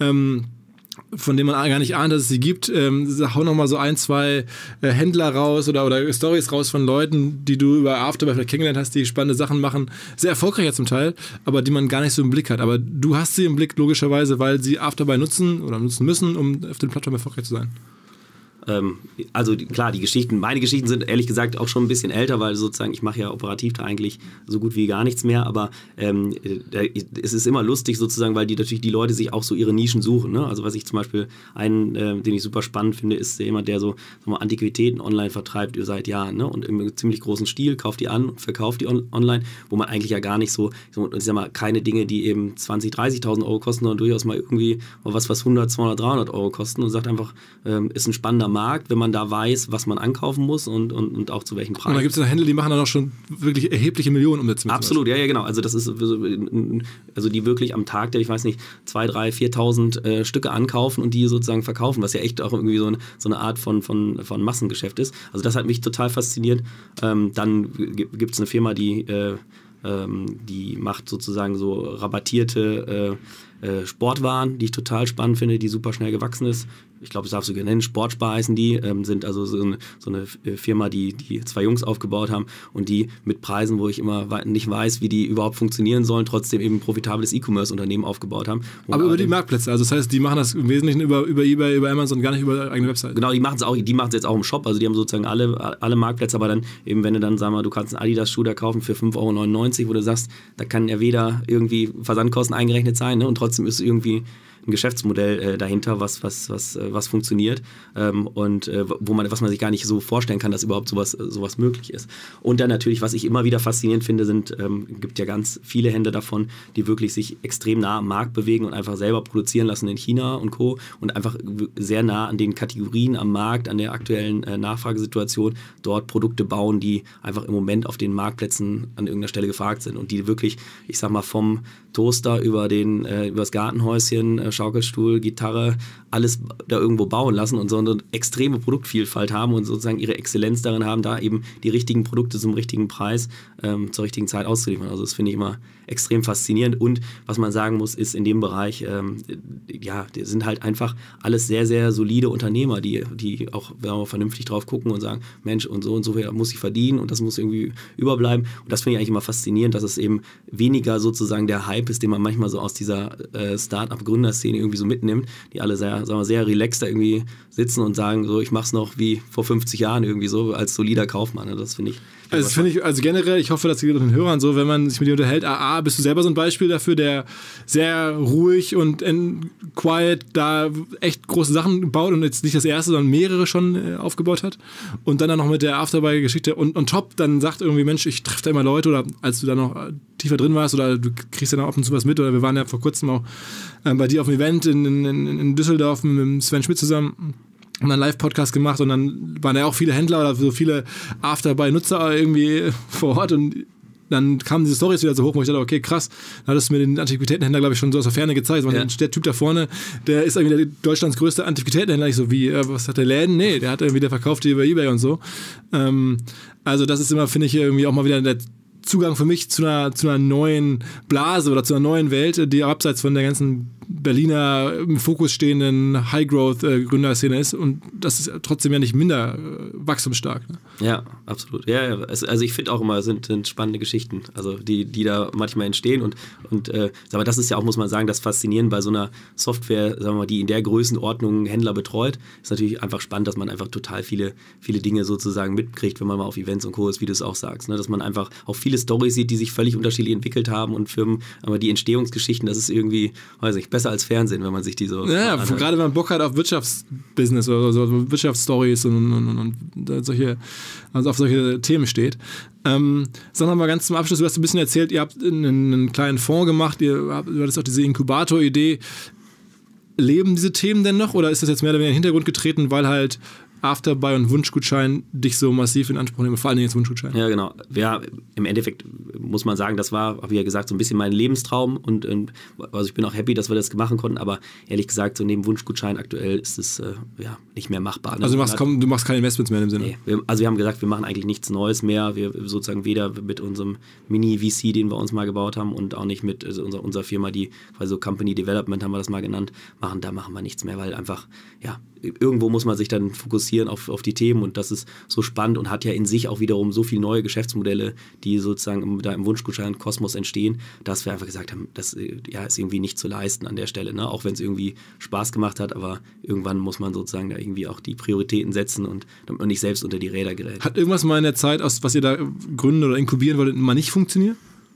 von denen man gar nicht ahnt, dass es sie gibt, hau nochmal so 1, 2 Händler raus oder Storys raus von Leuten, die du über Afterbuy vielleicht kennengelernt hast, die spannende Sachen machen, sehr erfolgreich zum Teil, aber die man gar nicht so im Blick hat. Aber du hast sie im Blick logischerweise, weil sie Afterbuy nutzen oder nutzen müssen, um auf den Plattformen erfolgreich zu sein. Also klar, meine Geschichten sind ehrlich gesagt auch schon ein bisschen älter, weil sozusagen ich mache ja operativ da eigentlich so gut wie gar nichts mehr, aber es ist immer lustig sozusagen, weil natürlich die Leute sich auch so ihre Nischen suchen. Ne? Also was ich zum Beispiel, den ich super spannend finde, ist jemand, der so Antiquitäten online vertreibt seit Jahren, ne? Und im ziemlich großen Stil kauft die an und verkauft die online, wo man eigentlich ja gar nicht so ich sag mal, keine Dinge, die eben 20.000, 30.000 Euro kosten, sondern durchaus mal irgendwie was 100, 200, 300 Euro kosten und sagt einfach, ist ein spannender Markt, wenn man da weiß, was man ankaufen muss und auch zu welchen Preisen. Und da gibt es ja Händler, die machen dann auch schon wirklich erhebliche Millionen Umsätze mit. Absolut, ja, genau. Also das ist also die wirklich am Tag, ich weiß nicht, 2.000, 3.000, 4.000 Stücke ankaufen und die sozusagen verkaufen, was ja echt auch irgendwie so eine Art von Massengeschäft ist. Also das hat mich total fasziniert. Dann gibt es eine Firma, die macht sozusagen so rabattierte Sportwaren, die ich total spannend finde, die super schnell gewachsen ist. Ich glaube, das darfst du nennen, Sportspar heißen die, sind also so eine Firma, die zwei Jungs aufgebaut haben und die mit Preisen, wo ich immer nicht weiß, wie die überhaupt funktionieren sollen, trotzdem eben ein profitables E-Commerce-Unternehmen aufgebaut haben. Aber über die Marktplätze, also das heißt, die machen das im Wesentlichen über eBay, über Amazon, gar nicht über ihre eigene Website. Genau, die machen es jetzt auch im Shop, also die haben sozusagen alle Marktplätze, aber dann eben, wenn du dann, sag mal, du kannst einen Adidas-Schuh da kaufen für 5,99 €, wo du sagst, da kann ja weder irgendwie Versandkosten eingerechnet sein, ne, und trotzdem ist irgendwie ein Geschäftsmodell dahinter, was funktioniert und was man sich gar nicht so vorstellen kann, dass überhaupt sowas möglich ist. Und dann natürlich, was ich immer wieder faszinierend finde, gibt ja ganz viele Händler davon, die wirklich sich extrem nah am Markt bewegen und einfach selber produzieren lassen in China und Co. und einfach sehr nah an den Kategorien am Markt, an der aktuellen Nachfragesituation dort Produkte bauen, die einfach im Moment auf den Marktplätzen an irgendeiner Stelle gefragt sind und die wirklich, ich sag mal, vom Toaster über das Gartenhäuschen, Schaukelstuhl, Gitarre, alles da irgendwo bauen lassen und so eine extreme Produktvielfalt haben und sozusagen ihre Exzellenz darin haben, da eben die richtigen Produkte zum richtigen Preis zur richtigen Zeit auszuliefern. Also das finde ich immer extrem faszinierend und was man sagen muss, ist in dem Bereich, die sind halt einfach alles sehr, sehr solide Unternehmer, die auch vernünftig drauf gucken und sagen, Mensch, und so viel muss ich verdienen und das muss irgendwie überbleiben. Und das finde ich eigentlich immer faszinierend, dass es eben weniger sozusagen der Hype ist, den man manchmal so aus dieser Start-up-Gründerszene irgendwie so mitnimmt, die alle sehr relaxed da irgendwie sitzen und sagen, so, ich mach's noch wie vor 50 Jahren irgendwie so als solider Kaufmann. Das finde ich. Also generell, ich hoffe, dass ihr den Hörern so, wenn man sich mit dir unterhält, bist du selber so ein Beispiel dafür, der sehr ruhig und quiet da echt große Sachen baut und jetzt nicht das erste, sondern mehrere schon aufgebaut hat und dann noch mit der Afterbuy-Geschichte und on top dann sagt irgendwie, Mensch, ich treffe da immer Leute oder als du da noch tiefer drin warst oder du kriegst ja dann ab und zu was mit oder wir waren ja vor kurzem auch bei dir auf einem Event in Düsseldorf mit Sven Schmidt zusammen und einen Live-Podcast gemacht und dann waren ja auch viele Händler oder so viele Afterbuy-Nutzer irgendwie vor Ort und dann kamen diese Storys wieder so hoch, wo ich dachte, okay, krass, dann hattest du mir den Antiquitätenhändler, glaube ich, schon so aus der Ferne gezeigt. Ja. Der Typ da vorne, der ist irgendwie Deutschlands größter Antiquitätenhändler. Ich so, wie, was hat der Läden? Nee, der verkauft die über eBay und so. Also das ist immer, finde ich, irgendwie auch mal wieder der Zugang für mich zu einer neuen Blase oder zu einer neuen Welt, die abseits von der ganzen Berliner im Fokus stehenden High-Growth-Gründerszene ist und das ist trotzdem ja nicht minder wachstumsstark. Ne? Ja, absolut. Ja, also ich finde auch immer, sind spannende Geschichten, also die da manchmal entstehen und aber das ist ja auch, muss man sagen, das Faszinierende bei so einer Software, sagen wir mal, die in der Größenordnung Händler betreut, ist natürlich einfach spannend, dass man einfach total viele Dinge sozusagen mitkriegt, wenn man mal auf Events und Co. ist, wie du es auch sagst, ne? Dass man einfach auch viele Storys sieht, die sich völlig unterschiedlich entwickelt haben und Firmen, aber die Entstehungsgeschichten, das ist irgendwie, weiß ich, besser als Fernsehen, wenn man sich die so... Ja, gerade wenn man Bock hat auf Wirtschaftsbusiness oder so, Wirtschaftsstories und solche, also auf solche Themen steht. Sag noch mal ganz zum Abschluss, du hast ein bisschen erzählt, ihr habt einen kleinen Fonds gemacht, du hattest auch diese Inkubator-Idee. Leben diese Themen denn noch oder ist das jetzt mehr oder weniger in den Hintergrund getreten, weil halt Afterbuy und Wunschgutschein dich so massiv in Anspruch nehmen, vor allem jetzt Wunschgutschein? Ja, genau. Ja, im Endeffekt muss man sagen, das war, habe ich ja gesagt, so ein bisschen mein Lebenstraum und also ich bin auch happy, dass wir das machen konnten, aber ehrlich gesagt, so neben Wunschgutschein aktuell ist es nicht mehr machbar. Ne? Also du machst keine Investments mehr im Sinne? Nee, wir haben gesagt, wir machen eigentlich nichts Neues mehr. Wir sozusagen weder mit unserem Mini-VC, den wir uns mal gebaut haben und auch nicht mit unserer Firma, die quasi so Company Development haben wir das mal genannt, da machen wir nichts mehr, weil einfach, ja, irgendwo muss man sich dann fokussieren fokussieren auf die Themen und das ist so spannend und hat ja in sich auch wiederum so viele neue Geschäftsmodelle, die sozusagen da im Wunschgutschein-Kosmos entstehen, dass wir einfach gesagt haben, das ist irgendwie nicht zu leisten an der Stelle, ne? Auch wenn es irgendwie Spaß gemacht hat, aber irgendwann muss man sozusagen da irgendwie auch die Prioritäten setzen und damit man nicht selbst unter die Räder gerät. Hat irgendwas mal in der Zeit, was ihr da gründen oder inkubieren wolltet, mal nicht funktioniert?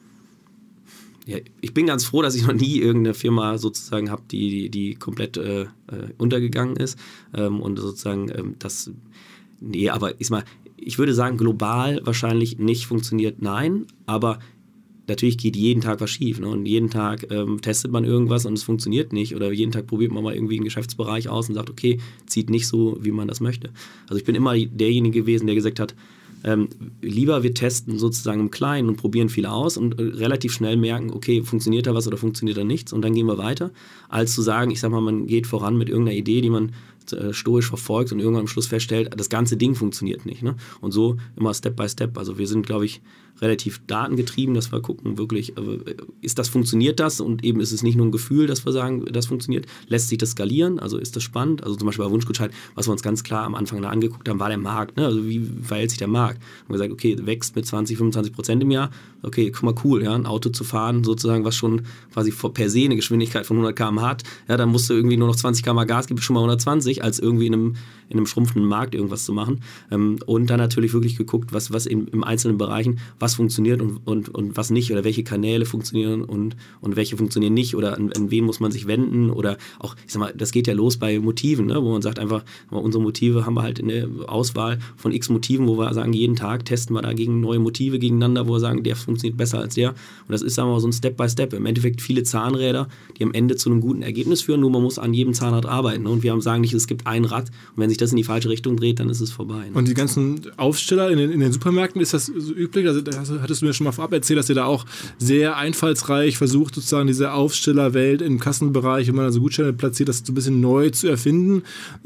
Ja, ich bin ganz froh, dass ich noch nie irgendeine Firma sozusagen habe, die komplett untergegangen ist und sozusagen aber ich würde sagen, global wahrscheinlich nicht funktioniert, nein, aber natürlich geht jeden Tag was schief, ne? Und jeden Tag testet man irgendwas und es funktioniert nicht oder jeden Tag probiert man mal irgendwie einen Geschäftsbereich aus und sagt, okay, zieht nicht so, wie man das möchte. Also ich bin immer derjenige gewesen, der gesagt hat, lieber wir testen sozusagen im Kleinen und probieren viel aus und relativ schnell merken, okay, funktioniert da was oder funktioniert da nichts und dann gehen wir weiter, als zu sagen, ich sag mal, man geht voran mit irgendeiner Idee, die man stoisch verfolgt und irgendwann am Schluss feststellt, das ganze Ding funktioniert nicht. Ne? Und so immer Step by Step. Also wir sind, glaube ich, relativ datengetrieben, dass wir gucken, wirklich, funktioniert das? Und eben ist es nicht nur ein Gefühl, dass wir sagen, das funktioniert. Lässt sich das skalieren? Also ist das spannend? Also zum Beispiel bei Wunschgutschein, was wir uns ganz klar am Anfang da angeguckt haben, war der Markt. Ne? Also wie verhält sich der Markt? Und wir gesagt, okay, wächst mit 20-25% im Jahr. Okay, guck mal, cool, ja, ein Auto zu fahren, sozusagen, was schon quasi per se eine Geschwindigkeit von 100 km/h hat, ja, dann musst du irgendwie nur noch 20 km/h Gas geben, schon mal 120, als irgendwie in einem schrumpfenden Markt irgendwas zu machen. Und dann natürlich wirklich geguckt, was im einzelnen Bereichen, was funktioniert und was nicht oder welche Kanäle funktionieren und welche funktionieren nicht oder an wen muss man sich wenden oder auch, ich sag mal, das geht ja los bei Motiven, ne, wo man sagt einfach, unsere Motive haben wir halt in der Auswahl von x Motiven, wo wir sagen, jeden Tag testen wir da gegen neue Motive gegeneinander, wo wir sagen, der funktioniert besser als der. Und das ist, sagen wir mal, so ein Step by Step. Im Endeffekt viele Zahnräder, die am Ende zu einem guten Ergebnis führen, nur man muss an jedem Zahnrad arbeiten. Ne? Und wir sagen nicht, es gibt ein Rad und wenn sich das in die falsche Richtung dreht, dann ist es vorbei. Ne? Und die ganzen Aufsteller in den Supermärkten, ist das so üblich? Also hattest du mir schon mal vorab erzählt, dass ihr da auch sehr einfallsreich versucht, sozusagen diese Aufstellerwelt im Kassenbereich, wenn man also Gutscheine platziert, das so ein bisschen neu zu erfinden.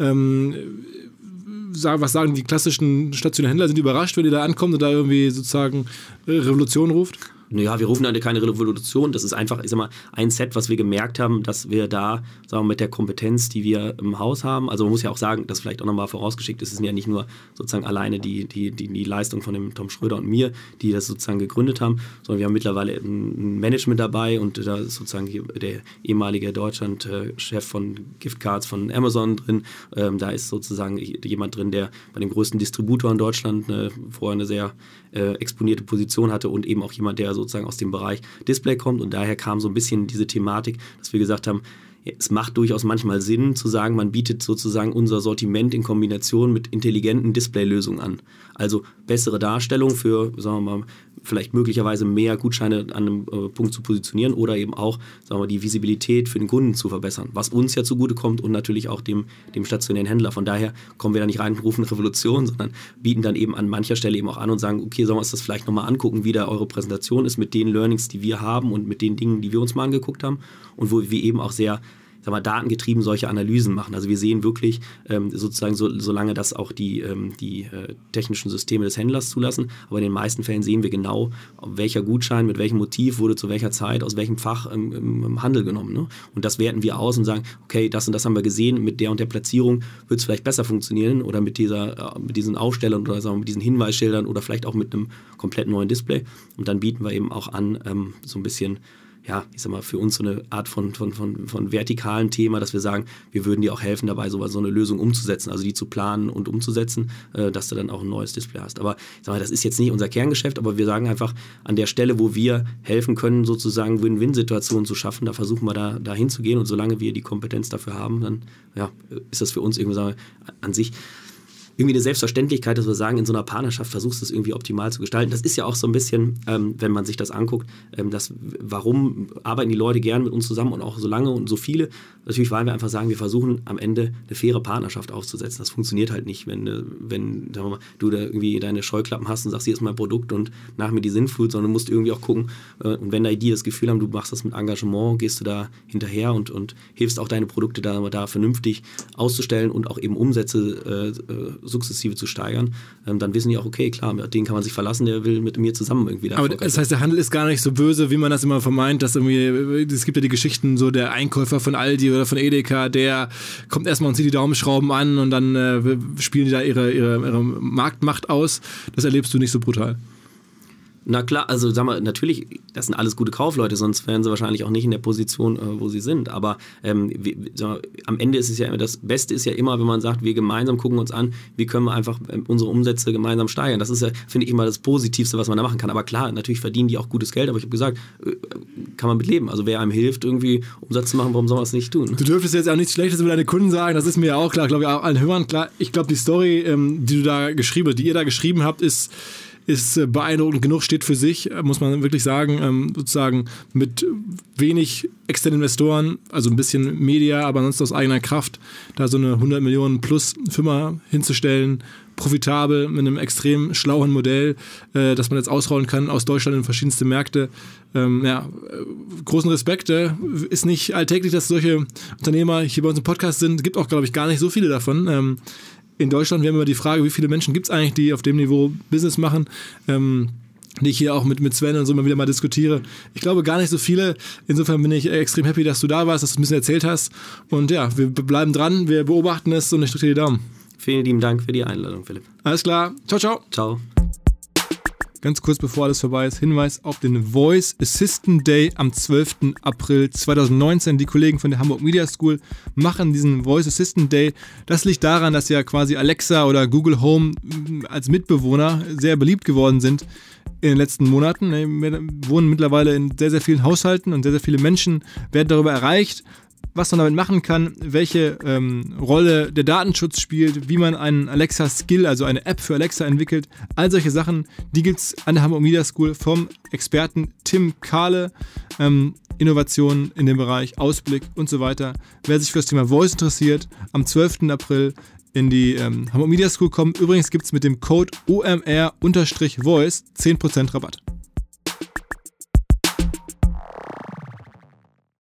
Was sagen die klassischen stationären Händler? Sind die überrascht, wenn ihr da ankommt und da irgendwie sozusagen Revolution ruft? Naja, wir rufen da keine Revolution. Das ist einfach, ich sag mal, ein Set, was wir gemerkt haben, dass wir da, sagen wir, mit der Kompetenz, die wir im Haus haben, also man muss ja auch sagen, das vielleicht auch nochmal vorausgeschickt ist, es sind ja nicht nur sozusagen alleine die Leistung von dem Tom Schröder und mir, die das sozusagen gegründet haben, sondern wir haben mittlerweile ein Management dabei und da ist sozusagen der ehemalige Deutschland-Chef von Giftcards von Amazon drin. Da ist sozusagen jemand drin, der bei dem größten Distributor in Deutschland vorher eine sehr exponierte Position hatte und eben auch jemand, der sozusagen aus dem Bereich Display kommt und daher kam so ein bisschen diese Thematik, dass wir gesagt haben, es macht durchaus manchmal Sinn zu sagen, man bietet sozusagen unser Sortiment in Kombination mit intelligenten Displaylösungen an. Also bessere Darstellung für, sagen wir mal, vielleicht möglicherweise mehr Gutscheine an einem Punkt zu positionieren oder eben auch, sagen wir mal, die Visibilität für den Kunden zu verbessern, was uns ja zugutekommt und natürlich auch dem stationären Händler. Von daher kommen wir da nicht rein und rufen Revolution, sondern bieten dann eben an mancher Stelle eben auch an und sagen, okay, sollen wir uns das vielleicht nochmal angucken, wie da eure Präsentation ist mit den Learnings, die wir haben und mit den Dingen, die wir uns mal angeguckt haben und wo wir eben auch sehr, sag mal, datengetrieben solche Analysen machen. Also wir sehen wirklich sozusagen, solange das auch die technischen Systeme des Händlers zulassen, aber in den meisten Fällen sehen wir genau, welcher Gutschein mit welchem Motiv wurde zu welcher Zeit aus welchem Fach im Handel genommen. Ne? Und das werten wir aus und sagen, okay, das und das haben wir gesehen, mit der und der Platzierung wird es vielleicht besser funktionieren oder mit diesen Aufstellern oder sagen wir, mit diesen Hinweisschildern oder vielleicht auch mit einem komplett neuen Display. Und dann bieten wir eben auch an, so ein bisschen, ja, ich sag mal, für uns so eine Art von vertikalen Thema, dass wir sagen, wir würden dir auch helfen dabei, so eine Lösung umzusetzen, also die zu planen und umzusetzen, dass du dann auch ein neues Display hast. Aber ich sag mal, das ist jetzt nicht unser Kerngeschäft, aber wir sagen einfach, an der Stelle, wo wir helfen können, sozusagen Win-Win-Situationen zu schaffen, da versuchen wir da hinzugehen und solange wir die Kompetenz dafür haben, dann ja, ist das für uns irgendwie, sagen wir, an sich irgendwie eine Selbstverständlichkeit, dass wir sagen, in so einer Partnerschaft versuchst du es irgendwie optimal zu gestalten. Das ist ja auch so ein bisschen, wenn man sich das anguckt, warum arbeiten die Leute gern mit uns zusammen und auch so lange und so viele. Natürlich, weil wir einfach sagen, wir versuchen am Ende eine faire Partnerschaft aufzusetzen. Das funktioniert halt nicht, wenn sagen wir mal, du da irgendwie deine Scheuklappen hast und sagst, hier ist mein Produkt und nach mir die Sinnflut, sondern du musst irgendwie auch gucken, und wenn die das Gefühl haben, du machst das mit Engagement, gehst du da hinterher und hilfst auch deine Produkte da vernünftig auszustellen und auch eben Umsätze sukzessive zu steigern, dann wissen die auch, okay, klar, den kann man sich verlassen, der will mit mir zusammen irgendwie da. Aber das heißt, der Handel ist gar nicht so böse, wie man das immer vermeint, dass irgendwie, es gibt ja die Geschichten, so der Einkäufer von Aldi oder von Edeka, der kommt erstmal und zieht die Daumenschrauben an und dann spielen die da ihre Marktmacht aus. Das erlebst du nicht so brutal. Na klar, also sag mal, natürlich, das sind alles gute Kaufleute, sonst wären sie wahrscheinlich auch nicht in der Position, wo sie sind. Aber am Ende ist es ja immer, das Beste ist ja immer, wenn man sagt, wir gemeinsam gucken uns an, wie können wir einfach unsere Umsätze gemeinsam steigern. Das ist ja, finde ich, immer das Positivste, was man da machen kann. Aber klar, natürlich verdienen die auch gutes Geld, aber ich habe gesagt, kann man mit leben. Also wer einem hilft, irgendwie Umsatz zu machen, warum soll man es nicht tun? Du dürftest jetzt auch nichts Schlechtes über deine Kunden sagen, das ist mir ja auch klar, glaube ich, auch allen Hörern klar. Ich glaube, die Story, die ihr da geschrieben habt, ist beeindruckend genug, steht für sich, muss man wirklich sagen, sozusagen mit wenig externen Investoren, also ein bisschen Media, aber ansonsten aus eigener Kraft, da so eine 100 Millionen plus Firma hinzustellen, profitabel, mit einem extrem schlauen Modell, das man jetzt ausrollen kann aus Deutschland in verschiedenste Märkte. Großen Respekt. Ist nicht alltäglich, dass solche Unternehmer hier bei uns im Podcast sind. Gibt auch, glaube ich, gar nicht so viele davon. In Deutschland, wir haben immer die Frage, wie viele Menschen gibt es eigentlich, die auf dem Niveau Business machen, die ich hier auch mit Sven und so immer wieder mal diskutiere. Ich glaube gar nicht so viele. Insofern bin ich extrem happy, dass du da warst, dass du ein bisschen erzählt hast. Und ja, wir bleiben dran, wir beobachten es und ich drücke dir die Daumen. Vielen lieben Dank für die Einladung, Philipp. Alles klar. Ciao, ciao. Ciao. Ganz kurz bevor alles vorbei ist, Hinweis auf den Voice Assistant Day am 12. April 2019. Die Kollegen von der Hamburg Media School machen diesen Voice Assistant Day. Das liegt daran, dass ja quasi Alexa oder Google Home als Mitbewohner sehr beliebt geworden sind in den letzten Monaten. Wir wohnen mittlerweile in sehr, sehr vielen Haushalten und sehr, sehr viele Menschen werden darüber erreicht, was man damit machen kann, welche Rolle der Datenschutz spielt, wie man einen Alexa-Skill, also eine App für Alexa entwickelt. All solche Sachen, die gibt es an der Hamburg Media School vom Experten Tim Kahle. Innovationen in dem Bereich, Ausblick und so weiter. Wer sich für das Thema Voice interessiert, am 12. April in die Hamburg Media School kommen. Übrigens gibt es mit dem Code OMR-Voice 10% Rabatt.